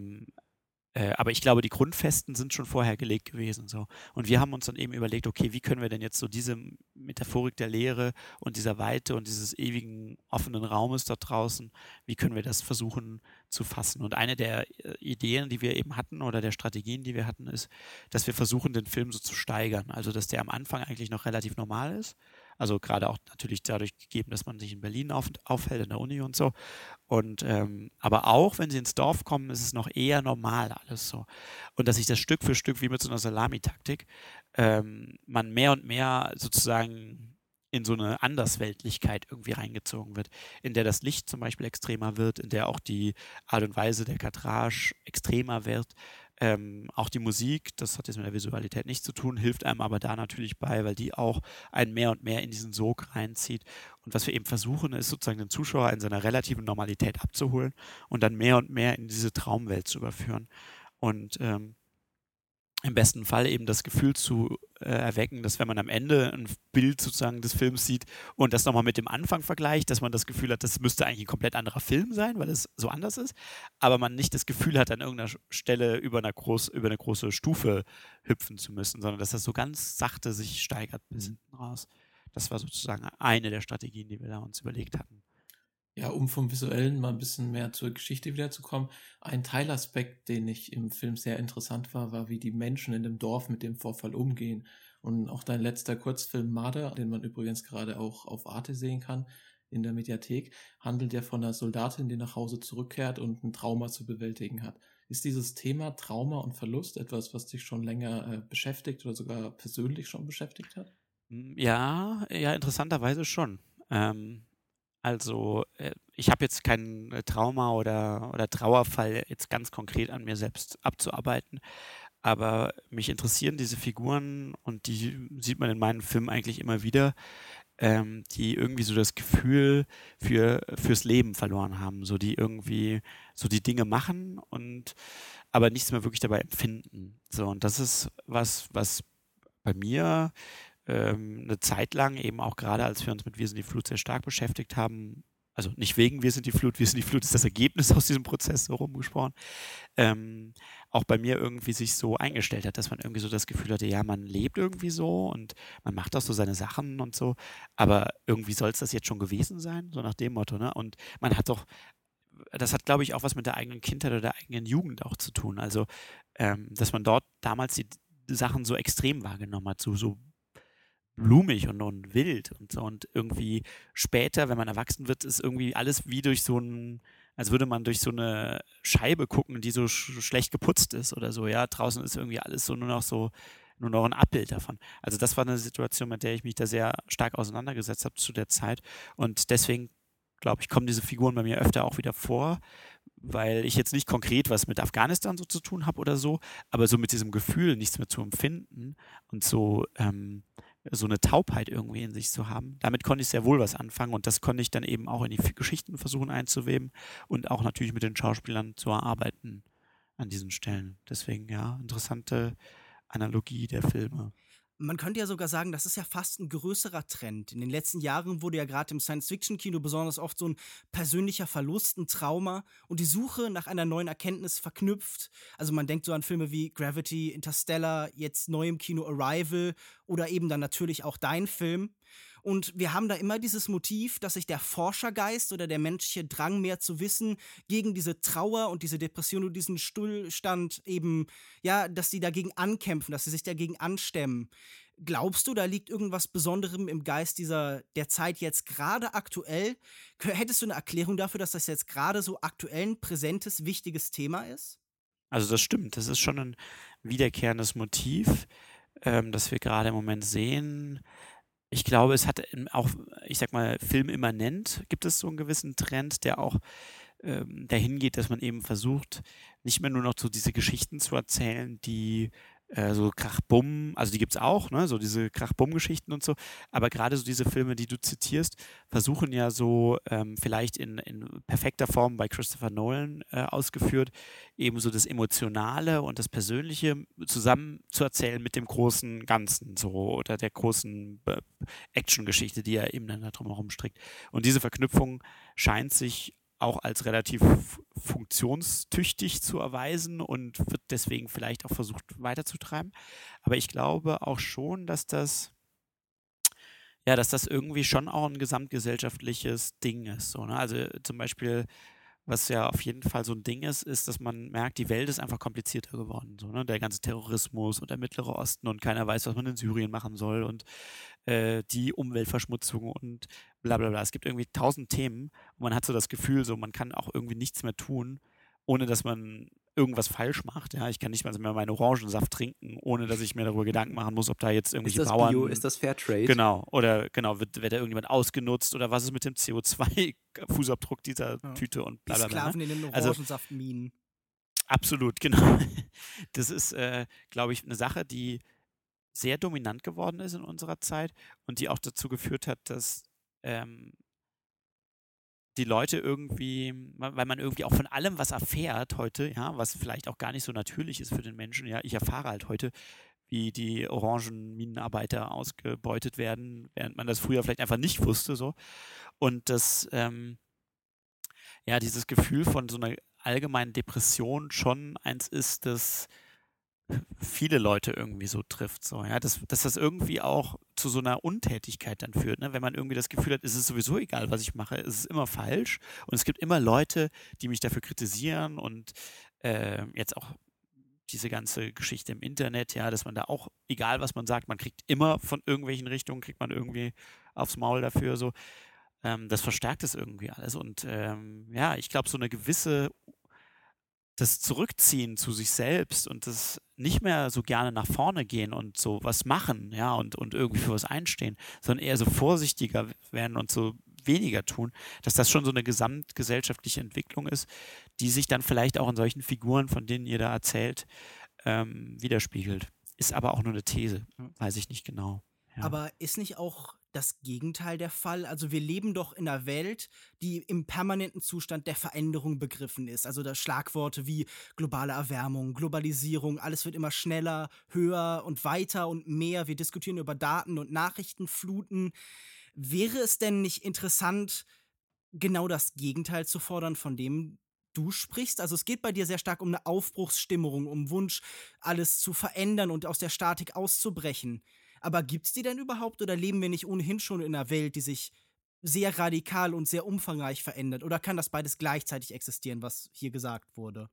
aber ich glaube, die Grundfesten sind schon vorher gelegt gewesen. So. Und wir haben uns dann eben überlegt, okay, wie können wir denn jetzt so diese Metaphorik der Leere und dieser Weite und dieses ewigen offenen Raumes dort draußen, wie können wir das versuchen zu fassen? Und eine der Ideen, die wir eben hatten oder der Strategien, die wir hatten, ist, dass wir versuchen, den Film so zu steigern. Also, dass der am Anfang eigentlich noch relativ normal ist. Also gerade auch natürlich dadurch gegeben, dass man sich in Berlin aufhält, in der Uni und so. Und aber auch, wenn sie ins Dorf kommen, ist es noch eher normal alles so. Und dass sich das Stück für Stück wie mit so einer Salamitaktik man mehr und mehr sozusagen in so eine Andersweltlichkeit irgendwie reingezogen wird, in der das Licht zum Beispiel extremer wird, in der auch die Art und Weise der Kadrage extremer wird. Auch die Musik, das hat jetzt mit der Visualität nichts zu tun, hilft einem aber da natürlich bei, weil die auch einen mehr und mehr in diesen Sog reinzieht. Und was wir eben versuchen, ist sozusagen den Zuschauer in seiner relativen Normalität abzuholen und dann mehr und mehr in diese Traumwelt zu überführen. Und im besten Fall eben das Gefühl zu erwecken, dass wenn man am Ende ein Bild sozusagen des Films sieht und das nochmal mit dem Anfang vergleicht, dass man das Gefühl hat, das müsste eigentlich ein komplett anderer Film sein, weil es so anders ist, aber man nicht das Gefühl hat, an irgendeiner Stelle über eine große Stufe hüpfen zu müssen, sondern dass das so ganz sachte sich steigert bis hinten raus. Das war sozusagen eine der Strategien, die wir da uns überlegt hatten. Ja, um vom Visuellen mal ein bisschen mehr zur Geschichte wiederzukommen. Ein Teilaspekt, den ich im Film sehr interessant war, wie die Menschen in dem Dorf mit dem Vorfall umgehen. Und auch dein letzter Kurzfilm Marder, den man übrigens gerade auch auf Arte sehen kann, in der Mediathek, handelt ja von einer Soldatin, die nach Hause zurückkehrt und ein Trauma zu bewältigen hat. Ist dieses Thema Trauma und Verlust etwas, was dich schon länger beschäftigt oder sogar persönlich schon beschäftigt hat? Ja, interessanterweise schon. Also ich habe jetzt kein Trauma oder Trauerfall jetzt ganz konkret an mir selbst abzuarbeiten, aber mich interessieren diese Figuren und die sieht man in meinen Filmen eigentlich immer wieder, die irgendwie so das Gefühl fürs Leben verloren haben, so die irgendwie so die Dinge machen und aber nichts mehr wirklich dabei empfinden. So, und das ist was bei mir eine Zeit lang eben auch gerade, als wir uns mit Wir sind die Flut sehr stark beschäftigt haben, also nicht wegen Wir sind die Flut ist das Ergebnis aus diesem Prozess, so rumgesprochen, auch bei mir irgendwie sich so eingestellt hat, dass man irgendwie so das Gefühl hatte, ja, man lebt irgendwie so und man macht auch so seine Sachen und so, aber irgendwie soll es das jetzt schon gewesen sein, so nach dem Motto, ne? Und man hat doch, das hat, glaube ich, auch was mit der eigenen Kindheit oder der eigenen Jugend auch zu tun, also dass man dort damals die Sachen so extrem wahrgenommen hat, so blumig und wild und so. Und irgendwie später, wenn man erwachsen wird, ist irgendwie alles wie durch so ein, als würde man durch so eine Scheibe gucken, die so schlecht geputzt ist oder so. Ja, draußen ist irgendwie alles nur noch ein Abbild davon. Also das war eine Situation, mit der ich mich da sehr stark auseinandergesetzt habe zu der Zeit. Und deswegen, glaube ich, kommen diese Figuren bei mir öfter auch wieder vor, weil ich jetzt nicht konkret was mit Afghanistan so zu tun habe oder so, aber so mit diesem Gefühl, nichts mehr zu empfinden und so eine Taubheit irgendwie in sich zu haben. Damit konnte ich sehr wohl was anfangen und das konnte ich dann eben auch in die Geschichten versuchen einzuweben und auch natürlich mit den Schauspielern zu erarbeiten an diesen Stellen. Deswegen, ja, interessante Analogie der Filme. Man könnte ja sogar sagen, das ist ja fast ein größerer Trend. In den letzten Jahren wurde ja gerade im Science-Fiction-Kino besonders oft so ein persönlicher Verlust, ein Trauma und die Suche nach einer neuen Erkenntnis verknüpft. Also man denkt so an Filme wie Gravity, Interstellar, jetzt neu im Kino Arrival oder eben dann natürlich auch dein Film. Und wir haben da immer dieses Motiv, dass sich der Forschergeist oder der menschliche Drang, mehr zu wissen, gegen diese Trauer und diese Depression und diesen Stillstand eben, ja, dass sie dagegen ankämpfen, dass sie sich dagegen anstemmen. Glaubst du, da liegt irgendwas Besonderem im Geist der Zeit jetzt gerade aktuell? Hättest du eine Erklärung dafür, dass das jetzt gerade so aktuell ein präsentes, wichtiges Thema ist? Also das stimmt, das ist schon ein wiederkehrendes Motiv, das wir gerade im Moment sehen. Ich glaube, es hat auch, ich sag mal, filmimmanent gibt es so einen gewissen Trend, der auch dahin geht, dass man eben versucht, nicht mehr nur noch so diese Geschichten zu erzählen, die so Krach-Bumm, also die gibt es auch, ne, so diese Krach-Bumm-Geschichten und so, aber gerade so diese Filme, die du zitierst, versuchen ja so vielleicht in perfekter Form bei Christopher Nolan ausgeführt, eben so das Emotionale und das Persönliche zusammen zu erzählen mit dem großen Ganzen so oder der großen Action-Geschichte, die er eben dann da drumherum strickt. Und diese Verknüpfung scheint sich auch als relativ funktionstüchtig zu erweisen und wird deswegen vielleicht auch versucht weiterzutreiben. Aber ich glaube auch schon, dass das irgendwie schon auch ein gesamtgesellschaftliches Ding ist. So, ne? Also zum Beispiel, was ja auf jeden Fall so ein Ding ist, dass man merkt, die Welt ist einfach komplizierter geworden. So, ne? Der ganze Terrorismus und der Mittlere Osten und keiner weiß, was man in Syrien machen soll und die Umweltverschmutzung und bla bla bla. Es gibt irgendwie 1000 Themen und man hat so das Gefühl, so man kann auch irgendwie nichts mehr tun, ohne dass man irgendwas falsch macht. Ja, ich kann nicht mal mehr meinen Orangensaft trinken, ohne dass ich mir darüber Gedanken machen muss, ob da jetzt irgendwelche Ist das Bauern... Bio? Ist das Fairtrade? Genau, oder genau, wird da irgendjemand ausgenutzt oder was ist mit dem CO2-Fußabdruck dieser Tüte und bla Die bla bla. Sklaven in den Orangensaftminen. Absolut, genau. Das ist, glaube ich, eine Sache, die sehr dominant geworden ist in unserer Zeit und die auch dazu geführt hat, dass die Leute irgendwie, weil man irgendwie auch von allem was erfährt heute, ja, was vielleicht auch gar nicht so natürlich ist für den Menschen, ja, ich erfahre halt heute, wie die Orangenminenarbeiter ausgebeutet werden, während man das früher vielleicht einfach nicht wusste, so. Und das, ja, dieses Gefühl von so einer allgemeinen Depression schon eins ist, das viele Leute irgendwie so trifft, so, ja, dass das irgendwie auch zu so einer Untätigkeit dann führt, ne? Wenn man irgendwie das Gefühl hat, es ist sowieso egal, was ich mache, es ist immer falsch und es gibt immer Leute, die mich dafür kritisieren und jetzt auch diese ganze Geschichte im Internet, ja, dass man da auch, egal was man sagt, man kriegt immer von irgendwelchen Richtungen, kriegt man irgendwie aufs Maul dafür, so, das verstärkt es irgendwie alles und ja, ich glaube, so eine gewisse das Zurückziehen zu sich selbst und das nicht mehr so gerne nach vorne gehen und so was machen, ja, und irgendwie für was einstehen, sondern eher so vorsichtiger werden und so weniger tun, dass das schon so eine gesamtgesellschaftliche Entwicklung ist, die sich dann vielleicht auch in solchen Figuren, von denen ihr da erzählt, widerspiegelt. Ist aber auch nur eine These, weiß ich nicht genau. Ja. Aber ist nicht auch das Gegenteil der Fall? Also wir leben doch in einer Welt, die im permanenten Zustand der Veränderung begriffen ist. Also da Schlagworte wie globale Erwärmung, Globalisierung, alles wird immer schneller, höher und weiter und mehr. Wir diskutieren über Daten- und Nachrichtenfluten. Wäre es denn nicht interessant, genau das Gegenteil zu fordern, von dem du sprichst? Also es geht bei dir sehr stark um eine Aufbruchsstimmung, um Wunsch, alles zu verändern und aus der Statik auszubrechen. Aber gibt's die denn überhaupt oder leben wir nicht ohnehin schon in einer Welt, die sich sehr radikal und sehr umfangreich verändert? Oder kann das beides gleichzeitig existieren, was hier gesagt wurde?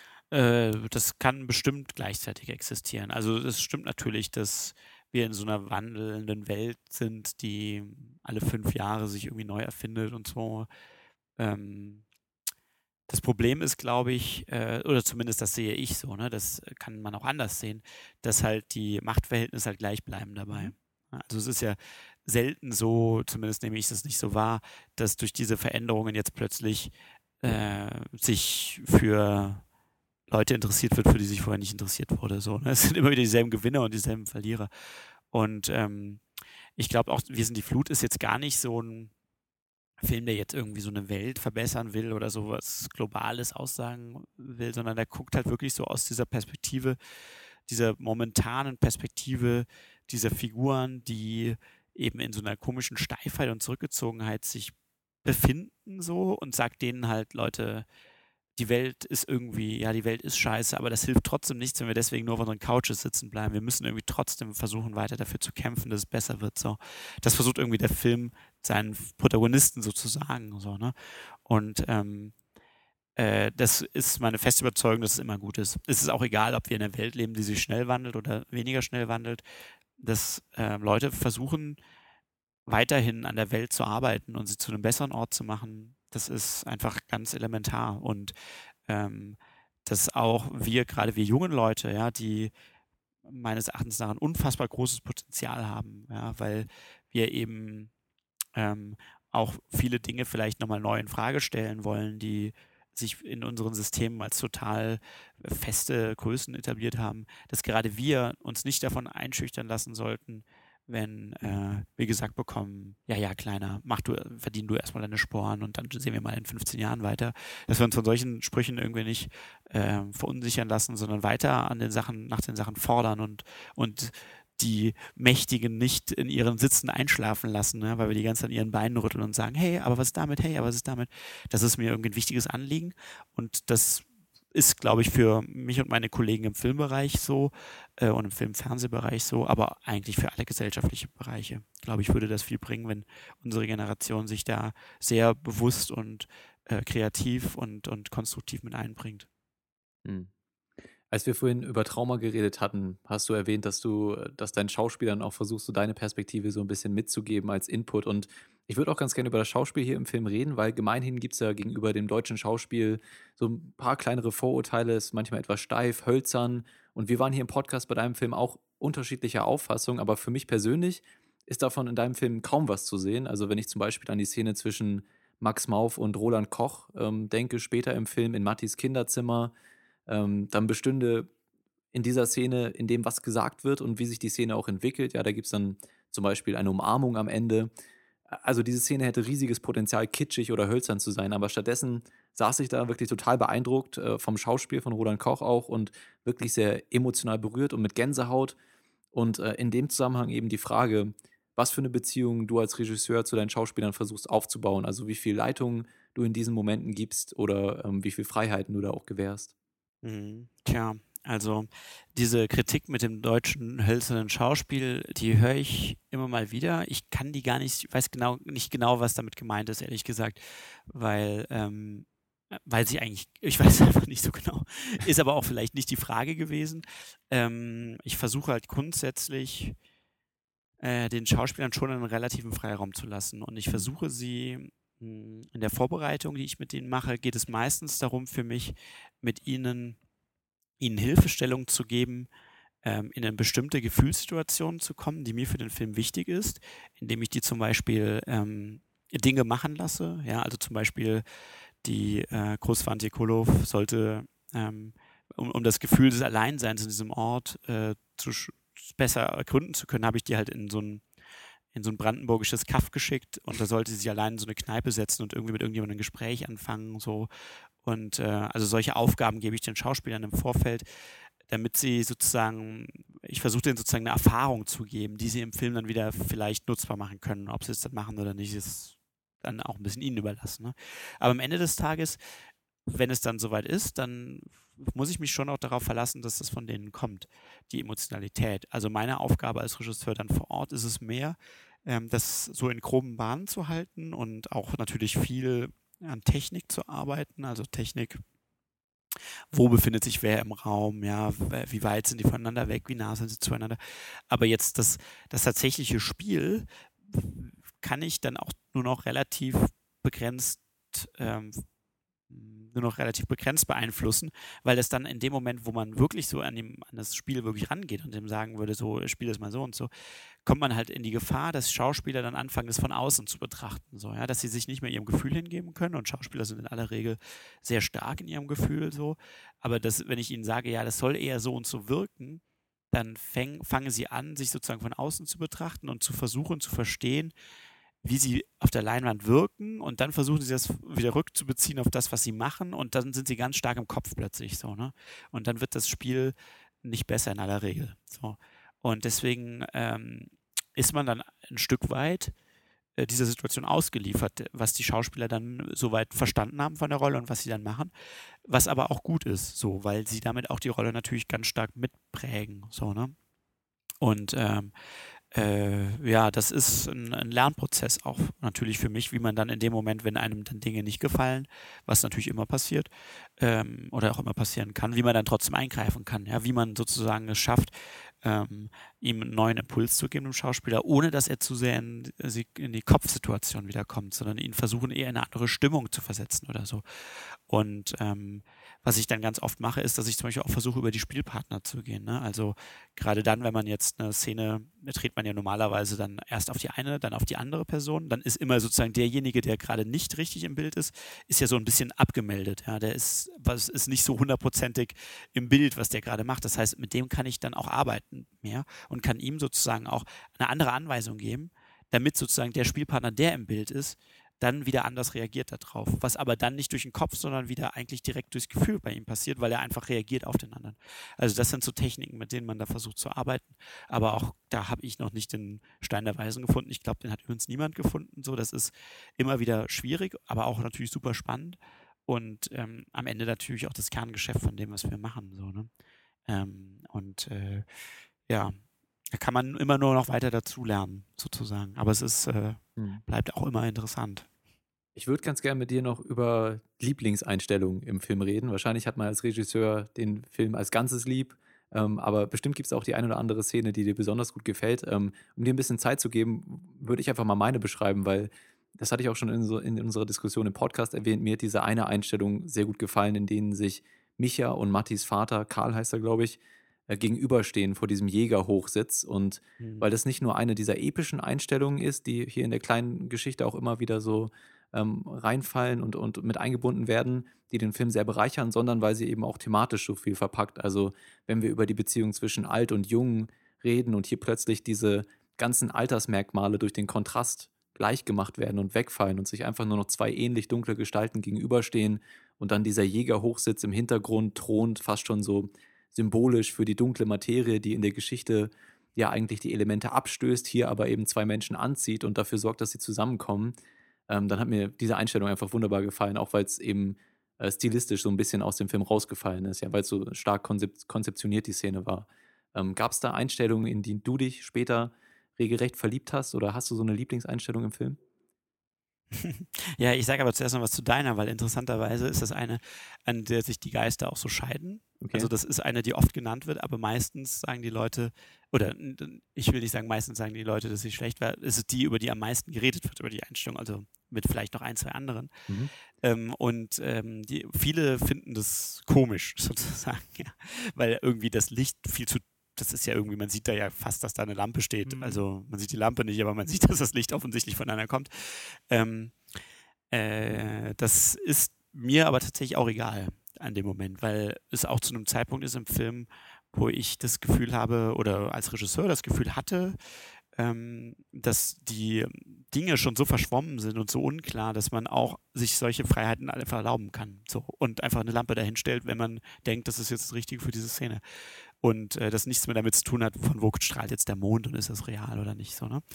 Das kann bestimmt gleichzeitig existieren. Also es stimmt natürlich, dass wir in so einer wandelnden Welt sind, die alle 5 Jahre sich irgendwie neu erfindet und so. Ähm, Das Problem ist, glaube ich, oder zumindest das sehe ich so, ne, das kann man auch anders sehen, dass halt die Machtverhältnisse halt gleich bleiben dabei. Also es ist ja selten so, zumindest nehme ich das nicht so wahr, dass durch diese Veränderungen jetzt plötzlich sich für Leute interessiert wird, für die sich vorher nicht interessiert wurde. So, ne? Es sind immer wieder dieselben Gewinner und dieselben Verlierer. Und ich glaube auch, Wir sind die Flut ist jetzt gar nicht so ein Film, der jetzt irgendwie so eine Welt verbessern will oder sowas Globales aussagen will, sondern der guckt halt wirklich so aus dieser Perspektive, dieser momentanen Perspektive dieser Figuren, die eben in so einer komischen Steifheit und Zurückgezogenheit sich befinden so und sagt denen halt, Leute, die Welt ist scheiße, aber das hilft trotzdem nichts, wenn wir deswegen nur auf unseren Couches sitzen bleiben. Wir müssen irgendwie trotzdem versuchen, weiter dafür zu kämpfen, dass es besser wird. So. Das versucht irgendwie der Film seinen Protagonisten so zu sagen. So, ne? Und das ist meine feste Überzeugung, dass es immer gut ist. Es ist auch egal, ob wir in einer Welt leben, die sich schnell wandelt oder weniger schnell wandelt, dass Leute versuchen, weiterhin an der Welt zu arbeiten und sie zu einem besseren Ort zu machen. Das ist einfach ganz elementar. Und dass auch gerade wir jungen Leute, ja, die meines Erachtens nach ein unfassbar großes Potenzial haben, ja, weil wir eben auch viele Dinge vielleicht nochmal neu in Frage stellen wollen, die sich in unseren Systemen als total feste Größen etabliert haben, dass gerade wir uns nicht davon einschüchtern lassen sollten, wenn wir gesagt bekommen, ja, Kleiner, verdien du erstmal deine Sporen und dann sehen wir mal in 15 Jahren weiter, dass wir uns von solchen Sprüchen irgendwie nicht verunsichern lassen, sondern weiter nach den Sachen fordern und die Mächtigen nicht in ihren Sitzen einschlafen lassen, ne? Weil wir die ganze Zeit an ihren Beinen rütteln und sagen, hey, aber was ist damit? Hey, aber was ist damit? Das ist mir irgendwie ein wichtiges Anliegen und das ist, glaube ich, für mich und meine Kollegen im Filmbereich so und im Film-Fernsehbereich so, aber eigentlich für alle gesellschaftlichen Bereiche. Glaube ich, würde das viel bringen, wenn unsere Generation sich da sehr bewusst und kreativ und konstruktiv mit einbringt. Hm. Als wir vorhin über Trauma geredet hatten, hast du erwähnt, dass deinen Schauspielern auch versuchst, so deine Perspektive so ein bisschen mitzugeben als Input. Und ich würde auch ganz gerne über das Schauspiel hier im Film reden, weil gemeinhin gibt es ja gegenüber dem deutschen Schauspiel so ein paar kleinere Vorurteile, ist manchmal etwas steif, hölzern. Und wir waren hier im Podcast bei deinem Film auch unterschiedlicher Auffassung, aber für mich persönlich ist davon in deinem Film kaum was zu sehen. Also wenn ich zum Beispiel an die Szene zwischen Max Mauff und Roland Koch denke, später im Film in Mattis Kinderzimmer, dann bestünde in dieser Szene, in dem, was gesagt wird und wie sich die Szene auch entwickelt. Ja, da gibt es dann zum Beispiel eine Umarmung am Ende. Also diese Szene hätte riesiges Potenzial, kitschig oder hölzern zu sein, aber stattdessen saß ich da wirklich total beeindruckt vom Schauspiel von Roland Koch auch und wirklich sehr emotional berührt und mit Gänsehaut. Und in dem Zusammenhang eben die Frage, was für eine Beziehung du als Regisseur zu deinen Schauspielern versuchst aufzubauen. Also wie viel Leitung du in diesen Momenten gibst oder wie viel Freiheiten du da auch gewährst. Tja, also diese Kritik mit dem deutschen hölzernen Schauspiel, die höre ich immer mal wieder. Ich kann die gar nicht, ich weiß nicht genau, was damit gemeint ist, ehrlich gesagt, weil ich weiß einfach nicht so genau. Ist aber auch vielleicht nicht die Frage gewesen. Ich versuche halt grundsätzlich den Schauspielern schon einen relativen Freiraum zu lassen und ich versuche sie in der Vorbereitung, die ich mit denen mache, geht es meistens darum für mich, mit ihnen Hilfestellung zu geben, in eine bestimmte Gefühlssituation zu kommen, die mir für den Film wichtig ist, indem ich die zum Beispiel Dinge machen lasse. Ja, also zum Beispiel die Großfante Kolow sollte, um das Gefühl des Alleinseins in diesem Ort besser ergründen zu können, habe ich die halt in so ein in so ein brandenburgisches Kaff geschickt und da sollte sie sich allein in so eine Kneipe setzen und irgendwie mit irgendjemandem ein Gespräch anfangen. So. Und also solche Aufgaben gebe ich den Schauspielern im Vorfeld, damit sie sozusagen, ich versuche denen sozusagen eine Erfahrung zu geben, die sie im Film dann wieder vielleicht nutzbar machen können. Ob sie es dann machen oder nicht, ist dann auch ein bisschen ihnen überlassen. Ne? Aber am Ende des Tages, wenn es dann soweit ist, dann muss ich mich schon auch darauf verlassen, dass das von denen kommt, die Emotionalität. Also meine Aufgabe als Regisseur dann vor Ort ist es mehr, das so in groben Bahnen zu halten und auch natürlich viel an Technik zu arbeiten, also Technik, wo befindet sich wer im Raum, ja, wie weit sind die voneinander weg, wie nah sind sie zueinander. Aber jetzt das tatsächliche Spiel kann ich dann auch nur noch relativ begrenzt beeinflussen, weil das dann in dem Moment, wo man wirklich so an das Spiel wirklich rangeht und dem sagen würde, so, spiel das mal so und so, kommt man halt in die Gefahr, dass Schauspieler dann anfangen, das von außen zu betrachten, so, ja, dass sie sich nicht mehr ihrem Gefühl hingeben können und Schauspieler sind in aller Regel sehr stark in ihrem Gefühl, so, aber wenn ich ihnen sage, ja, das soll eher so und so wirken, dann fangen sie an, sich sozusagen von außen zu betrachten und zu versuchen zu verstehen, wie sie auf der Leinwand wirken und dann versuchen sie das wieder rückzubeziehen auf das, was sie machen und dann sind sie ganz stark im Kopf plötzlich so, ne? Und dann wird das Spiel nicht besser in aller Regel. So. Und deswegen ist man dann ein Stück weit dieser Situation ausgeliefert, was die Schauspieler dann soweit verstanden haben von der Rolle und was sie dann machen, was aber auch gut ist, so, weil sie damit auch die Rolle natürlich ganz stark mitprägen, so, ne? Und ja, das ist ein Lernprozess auch natürlich für mich, wie man dann in dem Moment, wenn einem dann Dinge nicht gefallen, was natürlich immer passiert oder auch immer passieren kann, wie man dann trotzdem eingreifen kann, ja, wie man sozusagen es schafft, ihm einen neuen Impuls zu geben, dem Schauspieler, ohne dass er zu sehr in die Kopfsituation wiederkommt, sondern ihn versuchen, eher in eine andere Stimmung zu versetzen oder so. Und was ich dann ganz oft mache, ist, dass ich zum Beispiel auch versuche, über die Spielpartner zu gehen. Ne? Also gerade dann, wenn man jetzt eine Szene, da dreht man ja normalerweise dann erst auf die eine, dann auf die andere Person, dann ist immer sozusagen derjenige, der gerade nicht richtig im Bild ist ja so ein bisschen abgemeldet. Ja? Der ist nicht so hundertprozentig im Bild, was der gerade macht. Das heißt, mit dem kann ich dann auch arbeiten mehr und kann ihm sozusagen auch eine andere Anweisung geben, damit sozusagen der Spielpartner, der im Bild ist, dann wieder anders reagiert darauf. Was aber dann nicht durch den Kopf, sondern wieder eigentlich direkt durchs Gefühl bei ihm passiert, weil er einfach reagiert auf den anderen. Also das sind so Techniken, mit denen man da versucht zu arbeiten. Aber auch da habe ich noch nicht den Stein der Weisen gefunden. Ich glaube, den hat übrigens niemand gefunden. So, das ist immer wieder schwierig, aber auch natürlich super spannend. Und am Ende natürlich auch das Kerngeschäft von dem, was wir machen. So, ne? Ja, da kann man immer nur noch weiter dazulernen, sozusagen. Aber es ist, bleibt auch immer interessant. Ich würde ganz gerne mit dir noch über Lieblingseinstellungen im Film reden. Wahrscheinlich hat man als Regisseur den Film als Ganzes lieb, aber bestimmt gibt es auch die eine oder andere Szene, die dir besonders gut gefällt. Um dir ein bisschen Zeit zu geben, würde ich einfach mal meine beschreiben, weil das hatte ich auch schon in unserer Diskussion im Podcast erwähnt. Mir hat diese eine Einstellung sehr gut gefallen, in denen sich Micha und Mattis Vater, Karl heißt er, glaube ich, gegenüberstehen vor diesem Jägerhochsitz. Und weil das nicht nur eine dieser epischen Einstellungen ist, die hier in der kleinen Geschichte auch immer wieder so reinfallen und mit eingebunden werden, die den Film sehr bereichern, sondern weil sie eben auch thematisch so viel verpackt. Also wenn wir über die Beziehung zwischen Alt und Jung reden und hier plötzlich diese ganzen Altersmerkmale durch den Kontrast gleich gemacht werden und wegfallen und sich einfach nur noch zwei ähnlich dunkle Gestalten gegenüberstehen und dann dieser Jägerhochsitz im Hintergrund thront, fast schon so symbolisch für die dunkle Materie, die in der Geschichte ja eigentlich die Elemente abstößt, hier aber eben zwei Menschen anzieht und dafür sorgt, dass sie zusammenkommen. Dann hat mir diese Einstellung einfach wunderbar gefallen, auch weil es eben stilistisch so ein bisschen aus dem Film rausgefallen ist, ja, weil es so stark konzeptioniert die Szene war. Gab es da Einstellungen, in die du dich später regelrecht verliebt hast oder hast du so eine Lieblingseinstellung im Film? Ja, ich sage aber zuerst noch was zu deiner, weil interessanterweise ist das eine, an der sich die Geister auch so scheiden. Okay. Also das ist eine, die oft genannt wird, aber meistens sagen die Leute, oder ich will nicht sagen, meistens sagen die Leute, dass sie schlecht war, es ist die, über die am meisten geredet wird, über die Einstellung, also mit vielleicht noch ein, zwei anderen. Viele finden das komisch sozusagen, ja, weil irgendwie das Licht das ist ja irgendwie, man sieht da ja fast, dass da eine Lampe steht. Also man sieht die Lampe nicht, aber man sieht, dass das Licht offensichtlich voneinander kommt. Das ist mir aber tatsächlich auch egal an dem Moment, weil es auch zu einem Zeitpunkt ist im Film, wo ich das Gefühl habe oder als Regisseur das Gefühl hatte, dass die Dinge schon so verschwommen sind und so unklar, dass man auch sich solche Freiheiten einfach erlauben kann. So, und einfach eine Lampe dahin stellt, wenn man denkt, das ist jetzt das Richtige für diese Szene. Und das nichts mehr damit zu tun hat, von wo strahlt jetzt der Mond und ist das real oder nicht. So, ne?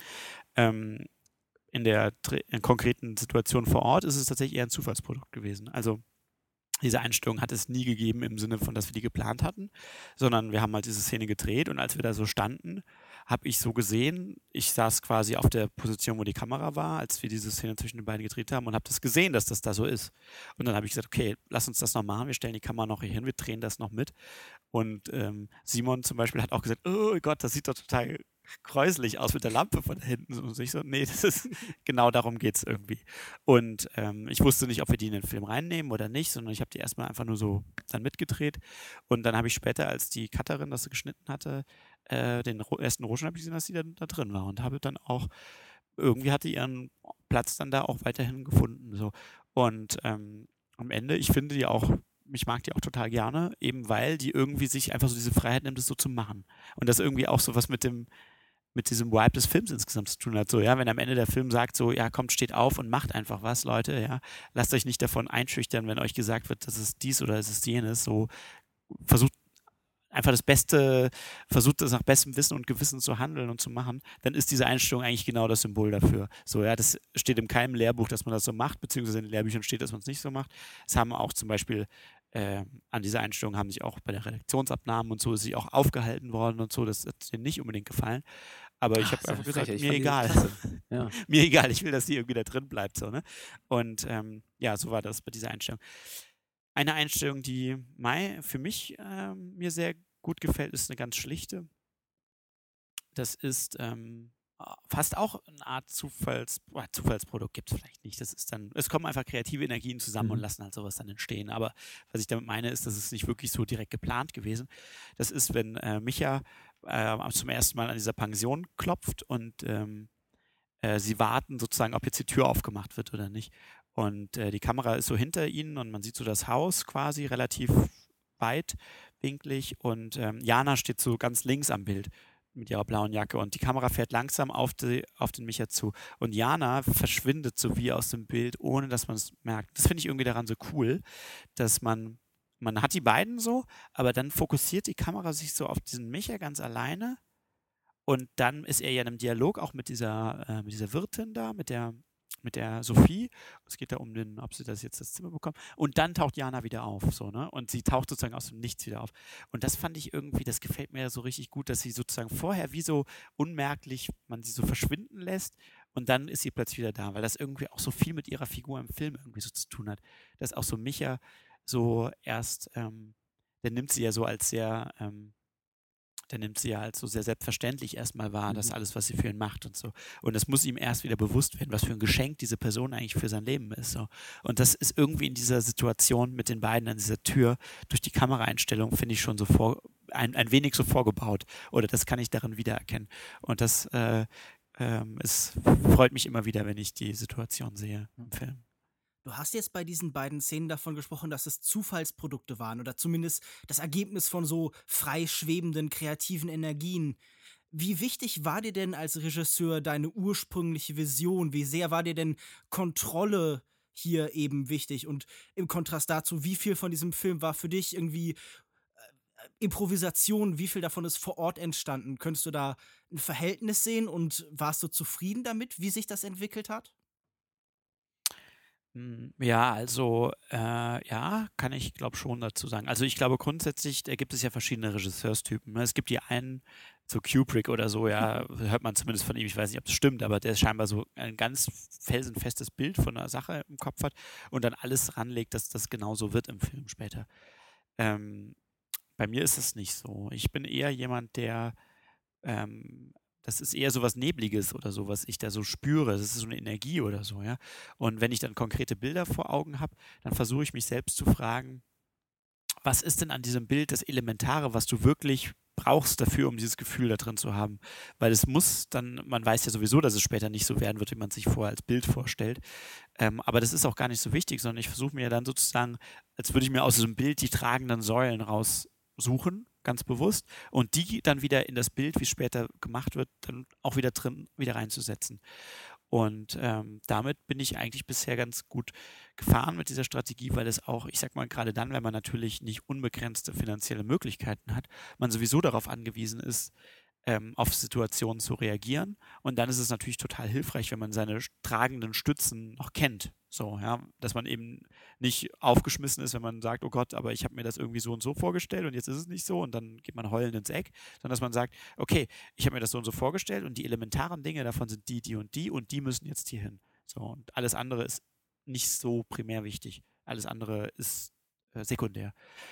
In der konkreten Situation vor Ort ist es tatsächlich eher ein Zufallsprodukt gewesen. Also diese Einstellung hat es nie gegeben im Sinne von, dass wir die geplant hatten, sondern wir haben halt diese Szene gedreht und als wir da so standen, habe ich so gesehen, ich saß quasi auf der Position, wo die Kamera war, als wir diese Szene zwischen den beiden gedreht haben und habe das gesehen, dass das da so ist. Und dann habe ich gesagt, okay, lass uns das noch machen, wir stellen die Kamera noch hier hin, wir drehen das noch mit. Und Simon zum Beispiel hat auch gesagt, oh Gott, das sieht doch total gräuselig aus mit der Lampe von hinten. Und ich so, nee, das ist, genau darum geht es irgendwie. Und ich wusste nicht, ob wir die in den Film reinnehmen oder nicht, sondern ich habe die erstmal einfach nur so dann mitgedreht. Und dann habe ich später, als die Cutterin das geschnitten hatte, den ersten Rohschnitt habe ich gesehen, dass sie dann da drin war und habe dann auch, irgendwie hatte ihren Platz dann da auch weiterhin gefunden. So. Und am Ende, ich finde die auch, ich mag die auch total gerne, eben weil die irgendwie sich einfach so diese Freiheit nimmt, das so zu machen. Und das irgendwie auch so was mit diesem Vibe des Films insgesamt zu tun hat. So, ja, wenn am Ende der Film sagt, so, ja, kommt, steht auf und macht einfach was, Leute, ja. Lasst euch nicht davon einschüchtern, wenn euch gesagt wird, das ist dies oder das ist jenes. So, versucht einfach das Beste, versucht das nach bestem Wissen und Gewissen zu handeln und zu machen, dann ist diese Einstellung eigentlich genau das Symbol dafür. So, ja, das steht in keinem Lehrbuch, dass man das so macht, beziehungsweise in den Lehrbüchern steht, dass man es nicht so macht. Es haben auch zum Beispiel an dieser Einstellung haben sich auch bei der Redaktionsabnahmen und so ist sie auch aufgehalten worden und so, das hat denen nicht unbedingt gefallen. Aber ich habe einfach gesagt, mir egal. Ja. Mir egal, ich will, dass die irgendwie da drin bleibt. So, ne? Und ja, so war das bei dieser Einstellung. Eine Einstellung, die für mich mir sehr gut gefällt, ist eine ganz schlichte. Das ist fast auch eine Art Zufallsprodukt gibt es vielleicht nicht. Das ist dann, es kommen einfach kreative Energien zusammen und lassen halt sowas dann entstehen. Aber was ich damit meine, ist, dass es nicht wirklich so direkt geplant gewesen. Das ist, wenn Micha zum ersten Mal an dieser Pension klopft und sie warten sozusagen, ob jetzt die Tür aufgemacht wird oder nicht. Und die Kamera ist so hinter ihnen und man sieht so das Haus quasi relativ weitwinklig und Jana steht so ganz links am Bild mit ihrer blauen Jacke und die Kamera fährt langsam auf den Micha zu und Jana verschwindet so wie aus dem Bild, ohne dass man es merkt. Das finde ich irgendwie daran so cool, dass man hat die beiden so, aber dann fokussiert die Kamera sich so auf diesen Micha ganz alleine und dann ist er ja in einem Dialog auch mit dieser Wirtin da, mit der Sophie. Es geht da um ob sie das Zimmer bekommen. Und dann taucht Jana wieder auf. So, ne? Und sie taucht sozusagen aus dem Nichts wieder auf. Und das fand ich irgendwie, das gefällt mir so richtig gut, dass sie sozusagen vorher wie so unmerklich man sie so verschwinden lässt und dann ist sie plötzlich wieder da, weil das irgendwie auch so viel mit ihrer Figur im Film irgendwie so zu tun hat. Dass auch so Micha so erst, der nimmt sie ja so als sehr so sehr selbstverständlich erstmal wahr, dass alles, was sie für ihn macht und so. Und das muss ihm erst wieder bewusst werden, was für ein Geschenk diese Person eigentlich für sein Leben ist. So. Und das ist irgendwie in dieser Situation mit den beiden an dieser Tür durch die Kameraeinstellung, finde ich schon so ein wenig so vorgebaut. Oder das kann ich darin wiedererkennen. Und das freut mich immer wieder, wenn ich die Situation sehe im Film. Du hast jetzt bei diesen beiden Szenen davon gesprochen, dass es Zufallsprodukte waren oder zumindest das Ergebnis von so frei schwebenden, kreativen Energien. Wie wichtig war dir denn als Regisseur deine ursprüngliche Vision? Wie sehr war dir denn Kontrolle hier eben wichtig? Und im Kontrast dazu, wie viel von diesem Film war für dich irgendwie Improvisation? Wie viel davon ist vor Ort entstanden? Könntest du da ein Verhältnis sehen und warst du zufrieden damit, wie sich das entwickelt hat? Ja, also ja, kann ich glaube schon dazu sagen. Also ich glaube grundsätzlich, da gibt es ja verschiedene Regisseurstypen. Ne? Es gibt die einen, so Kubrick oder so, ja, hört man zumindest von ihm, ich weiß nicht, ob das stimmt, aber der scheinbar so ein ganz felsenfestes Bild von einer Sache im Kopf hat und dann alles ranlegt, dass das genauso wird im Film später. Bei mir ist es nicht so. Ich bin eher jemand, der das ist eher so was Nebliges oder so, was ich da so spüre. Das ist so eine Energie oder so, ja. Und wenn ich dann konkrete Bilder vor Augen habe, dann versuche ich mich selbst zu fragen, was ist denn an diesem Bild das Elementare, was du wirklich brauchst dafür, um dieses Gefühl da drin zu haben? Weil es muss dann, man weiß ja sowieso, dass es später nicht so werden wird, wie man sich vorher als Bild vorstellt. Aber das ist auch gar nicht so wichtig, sondern ich versuche mir dann sozusagen, als würde ich mir aus diesem Bild die tragenden Säulen raussuchen ganz bewusst, und die dann wieder in das Bild, wie es später gemacht wird, dann auch wieder reinzusetzen. Und damit bin ich eigentlich bisher ganz gut gefahren mit dieser Strategie, weil es auch, ich sag mal, gerade dann, wenn man natürlich nicht unbegrenzte finanzielle Möglichkeiten hat, man sowieso darauf angewiesen ist, auf Situationen zu reagieren. Und dann ist es natürlich total hilfreich, wenn man seine tragenden Stützen noch kennt. So, ja, dass man eben nicht aufgeschmissen ist, wenn man sagt, oh Gott, aber ich habe mir das irgendwie so und so vorgestellt und jetzt ist es nicht so, und dann geht man heulend ins Eck, sondern dass man sagt, okay, ich habe mir das so und so vorgestellt und die elementaren Dinge davon sind die und die müssen jetzt hier hin. So, und alles andere ist nicht so primär wichtig. Alles andere ist sekundär.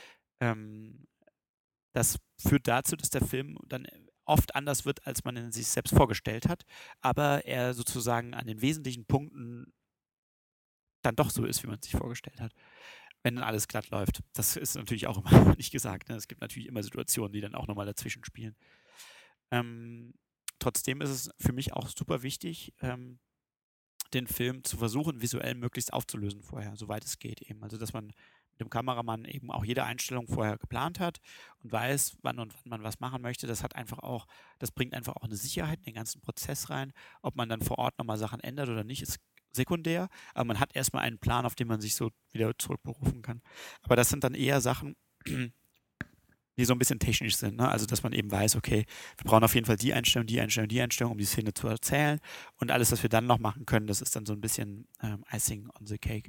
Das führt dazu, dass der Film dann oft anders wird, als man ihn sich selbst vorgestellt hat, aber er sozusagen an den wesentlichen Punkten dann doch so ist, wie man es sich vorgestellt hat, wenn dann alles glatt läuft. Das ist natürlich auch immer nicht gesagt. Ne? Es gibt natürlich immer Situationen, die dann auch nochmal dazwischen spielen. Trotzdem ist es für mich auch super wichtig, den Film zu versuchen, visuell möglichst aufzulösen vorher, soweit es geht eben. Also, dass man mit dem Kameramann eben auch jede Einstellung vorher geplant hat und weiß, wann und wann man was machen möchte. Das bringt einfach auch eine Sicherheit in den ganzen Prozess rein. Ob man dann vor Ort nochmal Sachen ändert oder nicht, ist sekundär, aber man hat erstmal einen Plan, auf den man sich so wieder zurückberufen kann. Aber das sind dann eher Sachen, die so ein bisschen technisch sind, ne? Also, dass man eben weiß, okay, wir brauchen auf jeden Fall die Einstellung, um die Szene zu erzählen, und alles, was wir dann noch machen können, das ist dann so ein bisschen Icing on the Cake.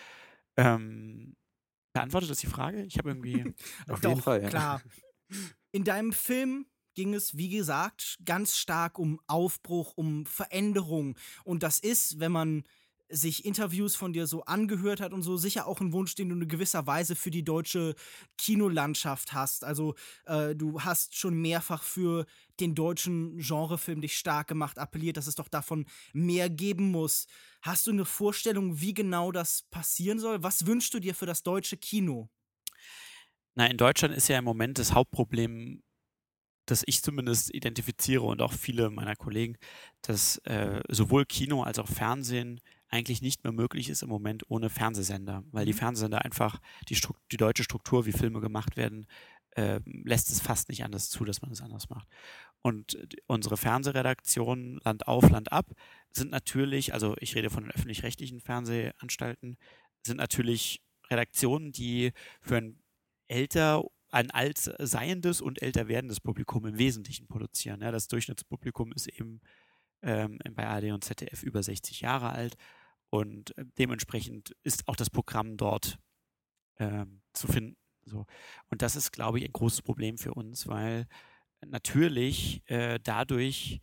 Beantwortet das die Frage? Ich habe irgendwie... Auf jeden Fall, ja. Klar. In deinem Film ging es, wie gesagt, ganz stark um Aufbruch, um Veränderung. Und das ist, wenn man sich Interviews von dir so angehört hat und so, sicher auch ein Wunsch, den du in gewisser Weise für die deutsche Kinolandschaft hast. Also du hast schon mehrfach für den deutschen Genrefilm dich stark gemacht, appelliert, dass es doch davon mehr geben muss. Hast du eine Vorstellung, wie genau das passieren soll? Was wünschst du dir für das deutsche Kino? Na, in Deutschland ist ja im Moment das Hauptproblem, das ich zumindest identifiziere und auch viele meiner Kollegen, dass sowohl Kino als auch Fernsehen eigentlich nicht mehr möglich ist im Moment ohne Fernsehsender, weil die Fernsehsender einfach die deutsche Struktur, wie Filme gemacht werden, lässt es fast nicht anders zu, dass man es anders macht. Und unsere Fernsehredaktionen, Land auf, Land ab, sind natürlich, also ich rede von den öffentlich-rechtlichen Fernsehanstalten, sind natürlich Redaktionen, die für ein alt seiendes und älter werdendes Publikum im Wesentlichen produzieren. Ja, das Durchschnittspublikum ist eben bei ARD und ZDF über 60 Jahre alt, und dementsprechend ist auch das Programm dort zu finden. So. Und das ist, glaube ich, ein großes Problem für uns, weil natürlich dadurch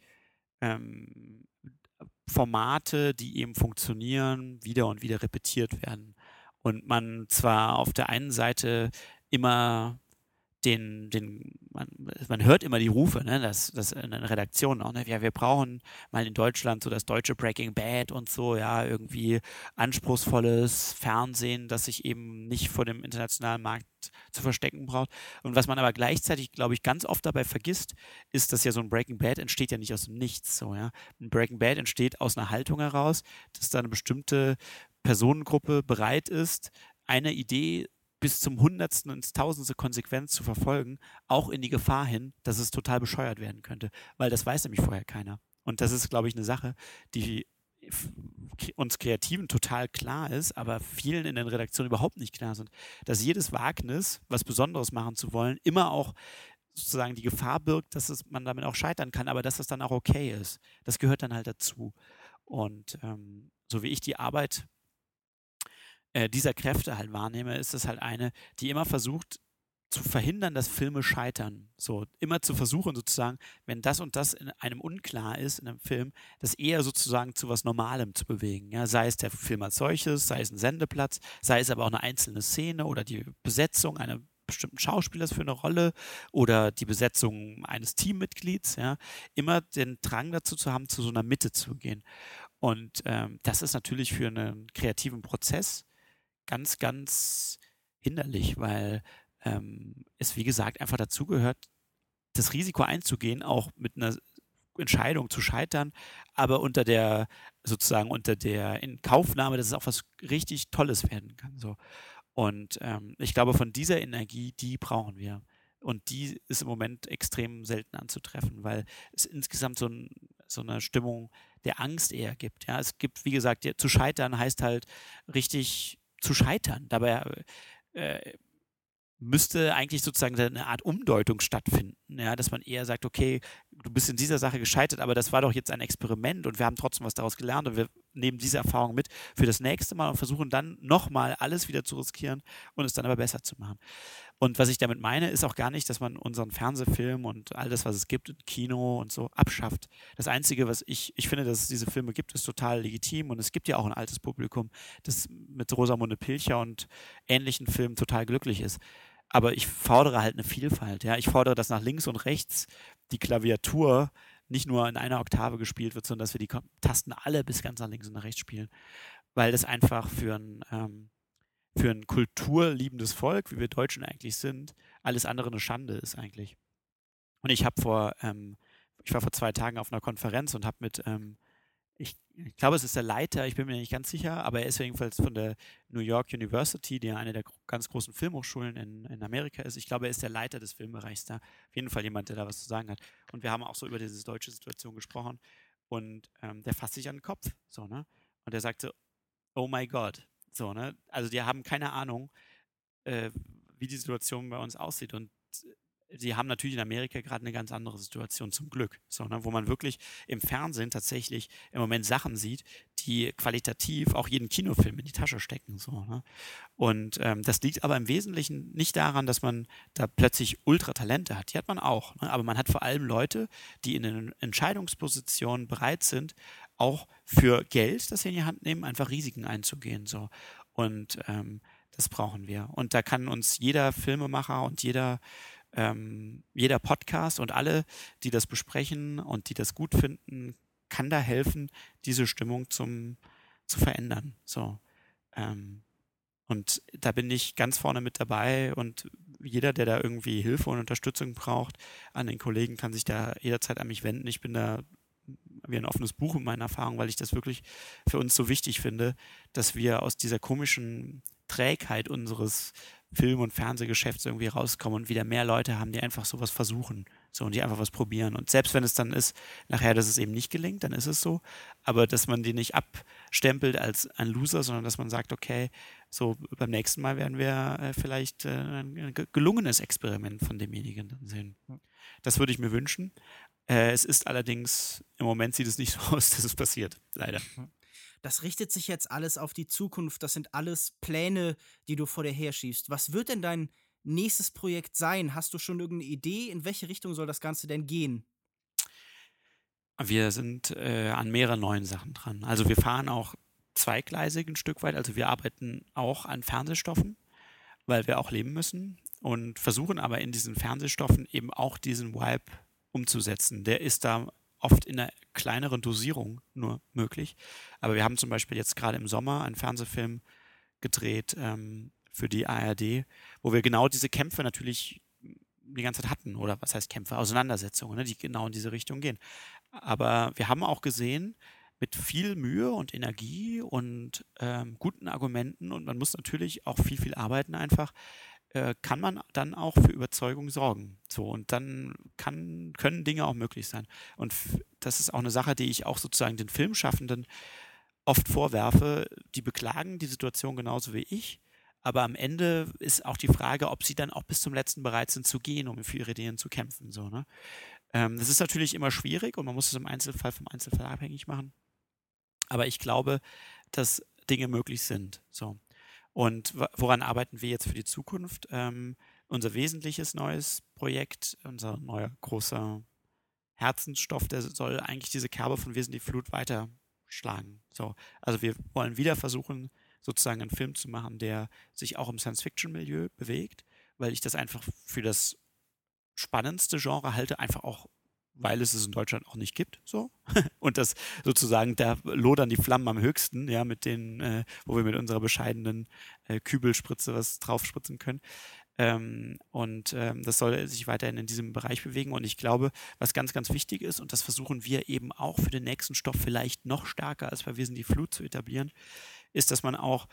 Formate, die eben funktionieren, wieder und wieder repetiert werden. Und man zwar auf der einen Seite immer man hört immer die Rufe, ne, dass in den Redaktionen auch, ne, ja, wir brauchen mal in Deutschland so das deutsche Breaking Bad und so, ja, irgendwie anspruchsvolles Fernsehen, das sich eben nicht vor dem internationalen Markt zu verstecken braucht. Und was man aber gleichzeitig, glaube ich, ganz oft dabei vergisst, ist, dass ja so ein Breaking Bad entsteht ja nicht aus dem Nichts, so, ja. Ein Breaking Bad entsteht aus einer Haltung heraus, dass da eine bestimmte Personengruppe bereit ist, eine Idee bis zum Hundertsten ins Tausendste Konsequenz zu verfolgen, auch in die Gefahr hin, dass es total bescheuert werden könnte. Weil das weiß nämlich vorher keiner. Und das ist, glaube ich, eine Sache, die uns Kreativen total klar ist, aber vielen in den Redaktionen überhaupt nicht klar sind. Dass jedes Wagnis, was Besonderes machen zu wollen, immer auch sozusagen die Gefahr birgt, dass man damit auch scheitern kann, aber dass das dann auch okay ist. Das gehört dann halt dazu. Und so wie ich die Arbeit dieser Kräfte halt wahrnehme, ist es halt eine, die immer versucht zu verhindern, dass Filme scheitern. So, immer zu versuchen sozusagen, wenn das und das in einem unklar ist, in einem Film, das eher sozusagen zu was Normalem zu bewegen. Ja? Sei es der Film als solches, sei es ein Sendeplatz, sei es aber auch eine einzelne Szene oder die Besetzung eines bestimmten Schauspielers für eine Rolle oder die Besetzung eines Teammitglieds. Ja? Immer den Drang dazu zu haben, zu so einer Mitte zu gehen. Und das ist natürlich für einen kreativen Prozess ganz, ganz hinderlich, weil es, wie gesagt, einfach dazugehört, das Risiko einzugehen, auch mit einer Entscheidung zu scheitern, aber unter der Inkaufnahme, dass es auch was richtig Tolles werden kann. So. Und ich glaube, von dieser Energie, die brauchen wir. Und die ist im Moment extrem selten anzutreffen, weil es insgesamt so eine Stimmung der Angst eher gibt. Ja, es gibt, wie gesagt, zu scheitern heißt halt richtig zu scheitern. Dabei müsste eigentlich sozusagen eine Art Umdeutung stattfinden, ja, dass man eher sagt, okay, du bist in dieser Sache gescheitert, aber das war doch jetzt ein Experiment und wir haben trotzdem was daraus gelernt und wir nehmen diese Erfahrung mit für das nächste Mal und versuchen dann nochmal alles wieder zu riskieren und es dann aber besser zu machen. Und was ich damit meine, ist auch gar nicht, dass man unseren Fernsehfilm und all das, was es gibt, im Kino und so, abschafft. Das Einzige, was ich finde, dass es diese Filme gibt, ist total legitim und es gibt ja auch ein altes Publikum, das mit Rosamunde Pilcher und ähnlichen Filmen total glücklich ist. Aber ich fordere halt eine Vielfalt. Ja? Ich fordere, dass nach links und rechts die Klaviatur nicht nur in einer Oktave gespielt wird, sondern dass wir die Tasten alle bis ganz nach links und nach rechts spielen. Weil das einfach für ein kulturliebendes Volk, wie wir Deutschen eigentlich sind, alles andere eine Schande ist eigentlich. Und ich war vor 2 Tagen auf einer Konferenz und habe mit ich glaube, es ist der Leiter, ich bin mir nicht ganz sicher, aber er ist jedenfalls von der New York University, die ja eine der ganz großen Filmhochschulen in Amerika ist. Ich glaube, er ist der Leiter des Filmbereichs da. Auf jeden Fall jemand, der da was zu sagen hat. Und wir haben auch so über diese deutsche Situation gesprochen. Und der fasst sich an den Kopf. So, ne? Und er sagte, oh my God. So, ne? Also die haben keine Ahnung, wie die Situation bei uns aussieht. Und sie haben natürlich in Amerika gerade eine ganz andere Situation, zum Glück, so, ne, wo man wirklich im Fernsehen tatsächlich im Moment Sachen sieht, die qualitativ auch jeden Kinofilm in die Tasche stecken. So, ne? Und das liegt aber im Wesentlichen nicht daran, dass man da plötzlich Ultratalente hat. Die hat man auch. Ne? Aber man hat vor allem Leute, die in den Entscheidungspositionen bereit sind, auch für Geld, das sie in die Hand nehmen, einfach Risiken einzugehen. So. Und das brauchen wir. Und da kann uns jeder Filmemacher und jeder Podcast und alle, die das besprechen und die das gut finden, kann da helfen, diese Stimmung zu verändern. So. Und da bin ich ganz vorne mit dabei und jeder, der da irgendwie Hilfe und Unterstützung braucht, an den Kollegen kann sich da jederzeit an mich wenden. Ich bin da wie ein offenes Buch in meiner Erfahrung, weil ich das wirklich für uns so wichtig finde, dass wir aus dieser komischen Trägheit unseres Film- und Fernsehgeschäfts irgendwie rauskommen und wieder mehr Leute haben, die einfach sowas versuchen, so, und die einfach was probieren. Und selbst wenn es dann ist, nachher, dass es eben nicht gelingt, dann ist es so, aber dass man die nicht abstempelt als ein Loser, sondern dass man sagt, okay, so beim nächsten Mal werden wir vielleicht ein gelungenes Experiment von demjenigen dann sehen. Das würde ich mir wünschen. Es ist allerdings, im Moment sieht es nicht so aus, dass es passiert, leider. Das richtet sich jetzt alles auf die Zukunft. Das sind alles Pläne, die du vor dir herschiebst. Was wird denn dein nächstes Projekt sein? Hast du schon irgendeine Idee? In welche Richtung soll das Ganze denn gehen? Wir sind an mehreren neuen Sachen dran. Also wir fahren auch zweigleisig ein Stück weit. Also wir arbeiten auch an Fernsehstoffen, weil wir auch leben müssen und versuchen aber in diesen Fernsehstoffen eben auch diesen Vibe umzusetzen. Der ist da oft in einer kleineren Dosierung nur möglich. Aber wir haben zum Beispiel jetzt gerade im Sommer einen Fernsehfilm gedreht für die ARD, wo wir genau diese Kämpfe natürlich die ganze Zeit hatten. Oder was heißt Kämpfe? Auseinandersetzungen, ne, die genau in diese Richtung gehen. Aber wir haben auch gesehen, mit viel Mühe und Energie und guten Argumenten, und man muss natürlich auch viel arbeiten einfach, kann man dann auch für Überzeugung sorgen. So, und dann können Dinge auch möglich sein. Und das ist auch eine Sache, die ich auch sozusagen den Filmschaffenden oft vorwerfe. Die beklagen die Situation genauso wie ich. Aber am Ende ist auch die Frage, ob sie dann auch bis zum Letzten bereit sind zu gehen, um für ihre Ideen zu kämpfen. So, ne? Das ist natürlich immer schwierig und man muss es im Einzelfall vom Einzelfall abhängig machen. Aber ich glaube, dass Dinge möglich sind. So. Und woran arbeiten wir jetzt für die Zukunft? Unser wesentliches neues Projekt, unser neuer großer Herzensstoff, der soll eigentlich diese Kerbe von Wir sind die Flut weiterschlagen. So. Also wir wollen wieder versuchen, sozusagen einen Film zu machen, der sich auch im Science-Fiction-Milieu bewegt, weil ich das einfach für das spannendste Genre halte, einfach auch, weil es in Deutschland auch nicht gibt, so. Und das sozusagen, da lodern die Flammen am höchsten, ja, mit denen, wo wir mit unserer bescheidenen Kübelspritze was draufspritzen können. Das soll sich weiterhin in diesem Bereich bewegen. Und ich glaube, was ganz, ganz wichtig ist, und das versuchen wir eben auch für den nächsten Stoff vielleicht noch stärker als bei Wir sind die Flut zu etablieren, ist, dass man auch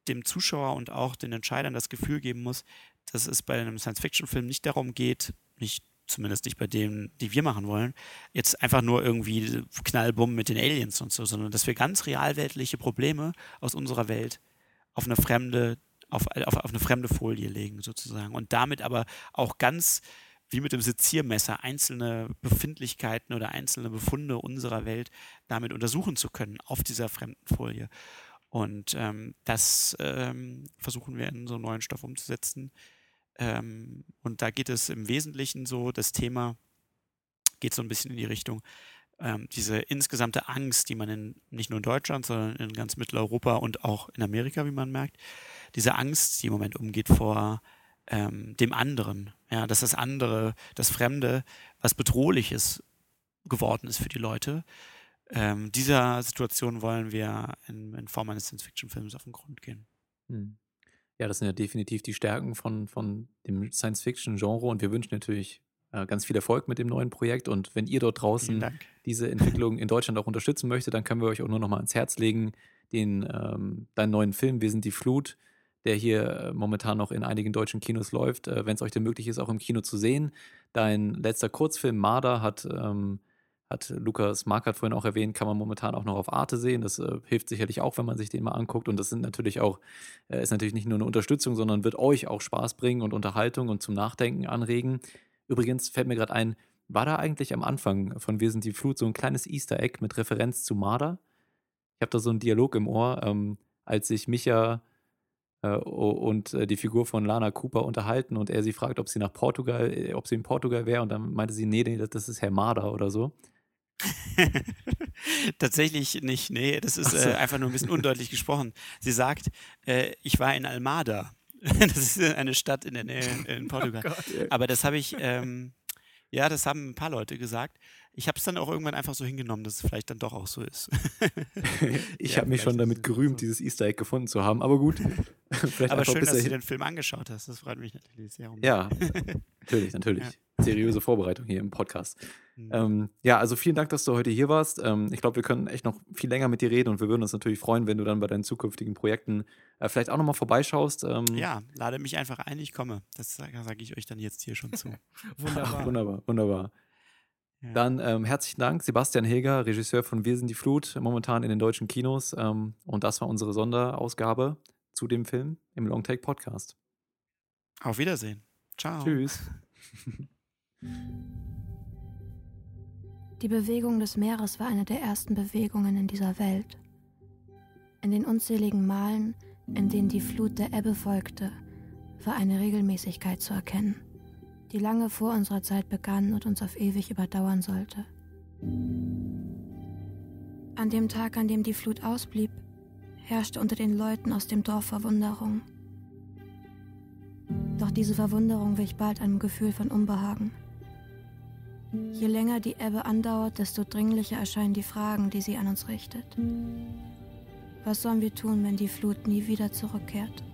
dem Zuschauer und auch den Entscheidern das Gefühl geben muss, dass es bei einem Science-Fiction-Film nicht darum geht, zumindest nicht bei denen, die wir machen wollen, jetzt einfach nur irgendwie Knallbumm mit den Aliens und so, sondern dass wir ganz realweltliche Probleme aus unserer Welt auf eine fremde Folie legen sozusagen und damit aber auch ganz wie mit dem Seziermesser einzelne Befindlichkeiten oder einzelne Befunde unserer Welt damit untersuchen zu können auf dieser fremden Folie. Und das versuchen wir in so einen neuen Stoff umzusetzen. Und da geht es im Wesentlichen so, das Thema geht so ein bisschen in die Richtung, diese insgesamte Angst, die man nicht nur in Deutschland, sondern in ganz Mitteleuropa und auch in Amerika, wie man merkt, diese Angst, die im Moment umgeht vor dem anderen, ja, dass das andere, das Fremde, was Bedrohliches geworden ist für die Leute. Dieser Situation wollen wir in Form eines Science-Fiction-Films auf den Grund gehen. Ja, das sind ja definitiv die Stärken von dem Science-Fiction-Genre und wir wünschen natürlich ganz viel Erfolg mit dem neuen Projekt und wenn ihr dort draußen diese Entwicklung in Deutschland auch unterstützen möchtet, dann können wir euch auch nur noch mal ans Herz legen, deinen neuen Film Wir sind die Flut, der hier momentan noch in einigen deutschen Kinos läuft, wenn es euch denn möglich ist, auch im Kino zu sehen. Dein letzter Kurzfilm Marder hat Lukas Markert vorhin auch erwähnt, kann man momentan auch noch auf Arte sehen. Das hilft sicherlich auch, wenn man sich den mal anguckt. Und das sind natürlich auch, ist natürlich nicht nur eine Unterstützung, sondern wird euch auch Spaß bringen und Unterhaltung und zum Nachdenken anregen. Übrigens fällt mir gerade ein, war da eigentlich am Anfang von Wir sind die Flut so ein kleines Easter Egg mit Referenz zu Marder? Ich habe da so einen Dialog im Ohr, als sich Micha und die Figur von Lana Cooper unterhalten und er sie fragt, ob sie in Portugal wäre und dann meinte sie, nee, das ist Herr Marder oder so. Tatsächlich nicht, nee, das ist einfach nur ein bisschen undeutlich gesprochen. Sie sagt, ich war in Almada. Das ist eine Stadt in der Nähe in Portugal. Oh aber das habe ich, das haben ein paar Leute gesagt. Ich habe es dann auch irgendwann einfach so hingenommen, dass es vielleicht dann doch auch so ist. Ich habe mich schon damit gerühmt, dieses Easter Egg gefunden zu haben, aber gut. Aber schön, dass du den Film angeschaut hast, das freut mich natürlich sehr. Ja, natürlich. Ja. Seriöse Vorbereitung hier im Podcast. Also vielen Dank, dass du heute hier warst. Ich glaube, wir können echt noch viel länger mit dir reden und wir würden uns natürlich freuen, wenn du dann bei deinen zukünftigen Projekten vielleicht auch nochmal vorbeischaust. Ja, lade mich einfach ein, ich komme. Das sage ich euch dann jetzt hier schon zu. Wunderbar. Ja. Dann herzlichen Dank, Sebastian Heger, Regisseur von Wir sind die Flut, momentan in den deutschen Kinos. Und das war unsere Sonderausgabe zu dem Film im Longtake Podcast. Auf Wiedersehen. Ciao. Tschüss. Die Bewegung des Meeres war eine der ersten Bewegungen in dieser Welt. In den unzähligen Malen, in denen die Flut der Ebbe folgte, war eine Regelmäßigkeit zu erkennen, die lange vor unserer Zeit begann und uns auf ewig überdauern sollte. An dem Tag, an dem die Flut ausblieb, herrschte unter den Leuten aus dem Dorf Verwunderung. Doch diese Verwunderung wich bald einem Gefühl von Unbehagen. Je länger die Ebbe andauert, desto dringlicher erscheinen die Fragen, die sie an uns richtet. Was sollen wir tun, wenn die Flut nie wieder zurückkehrt?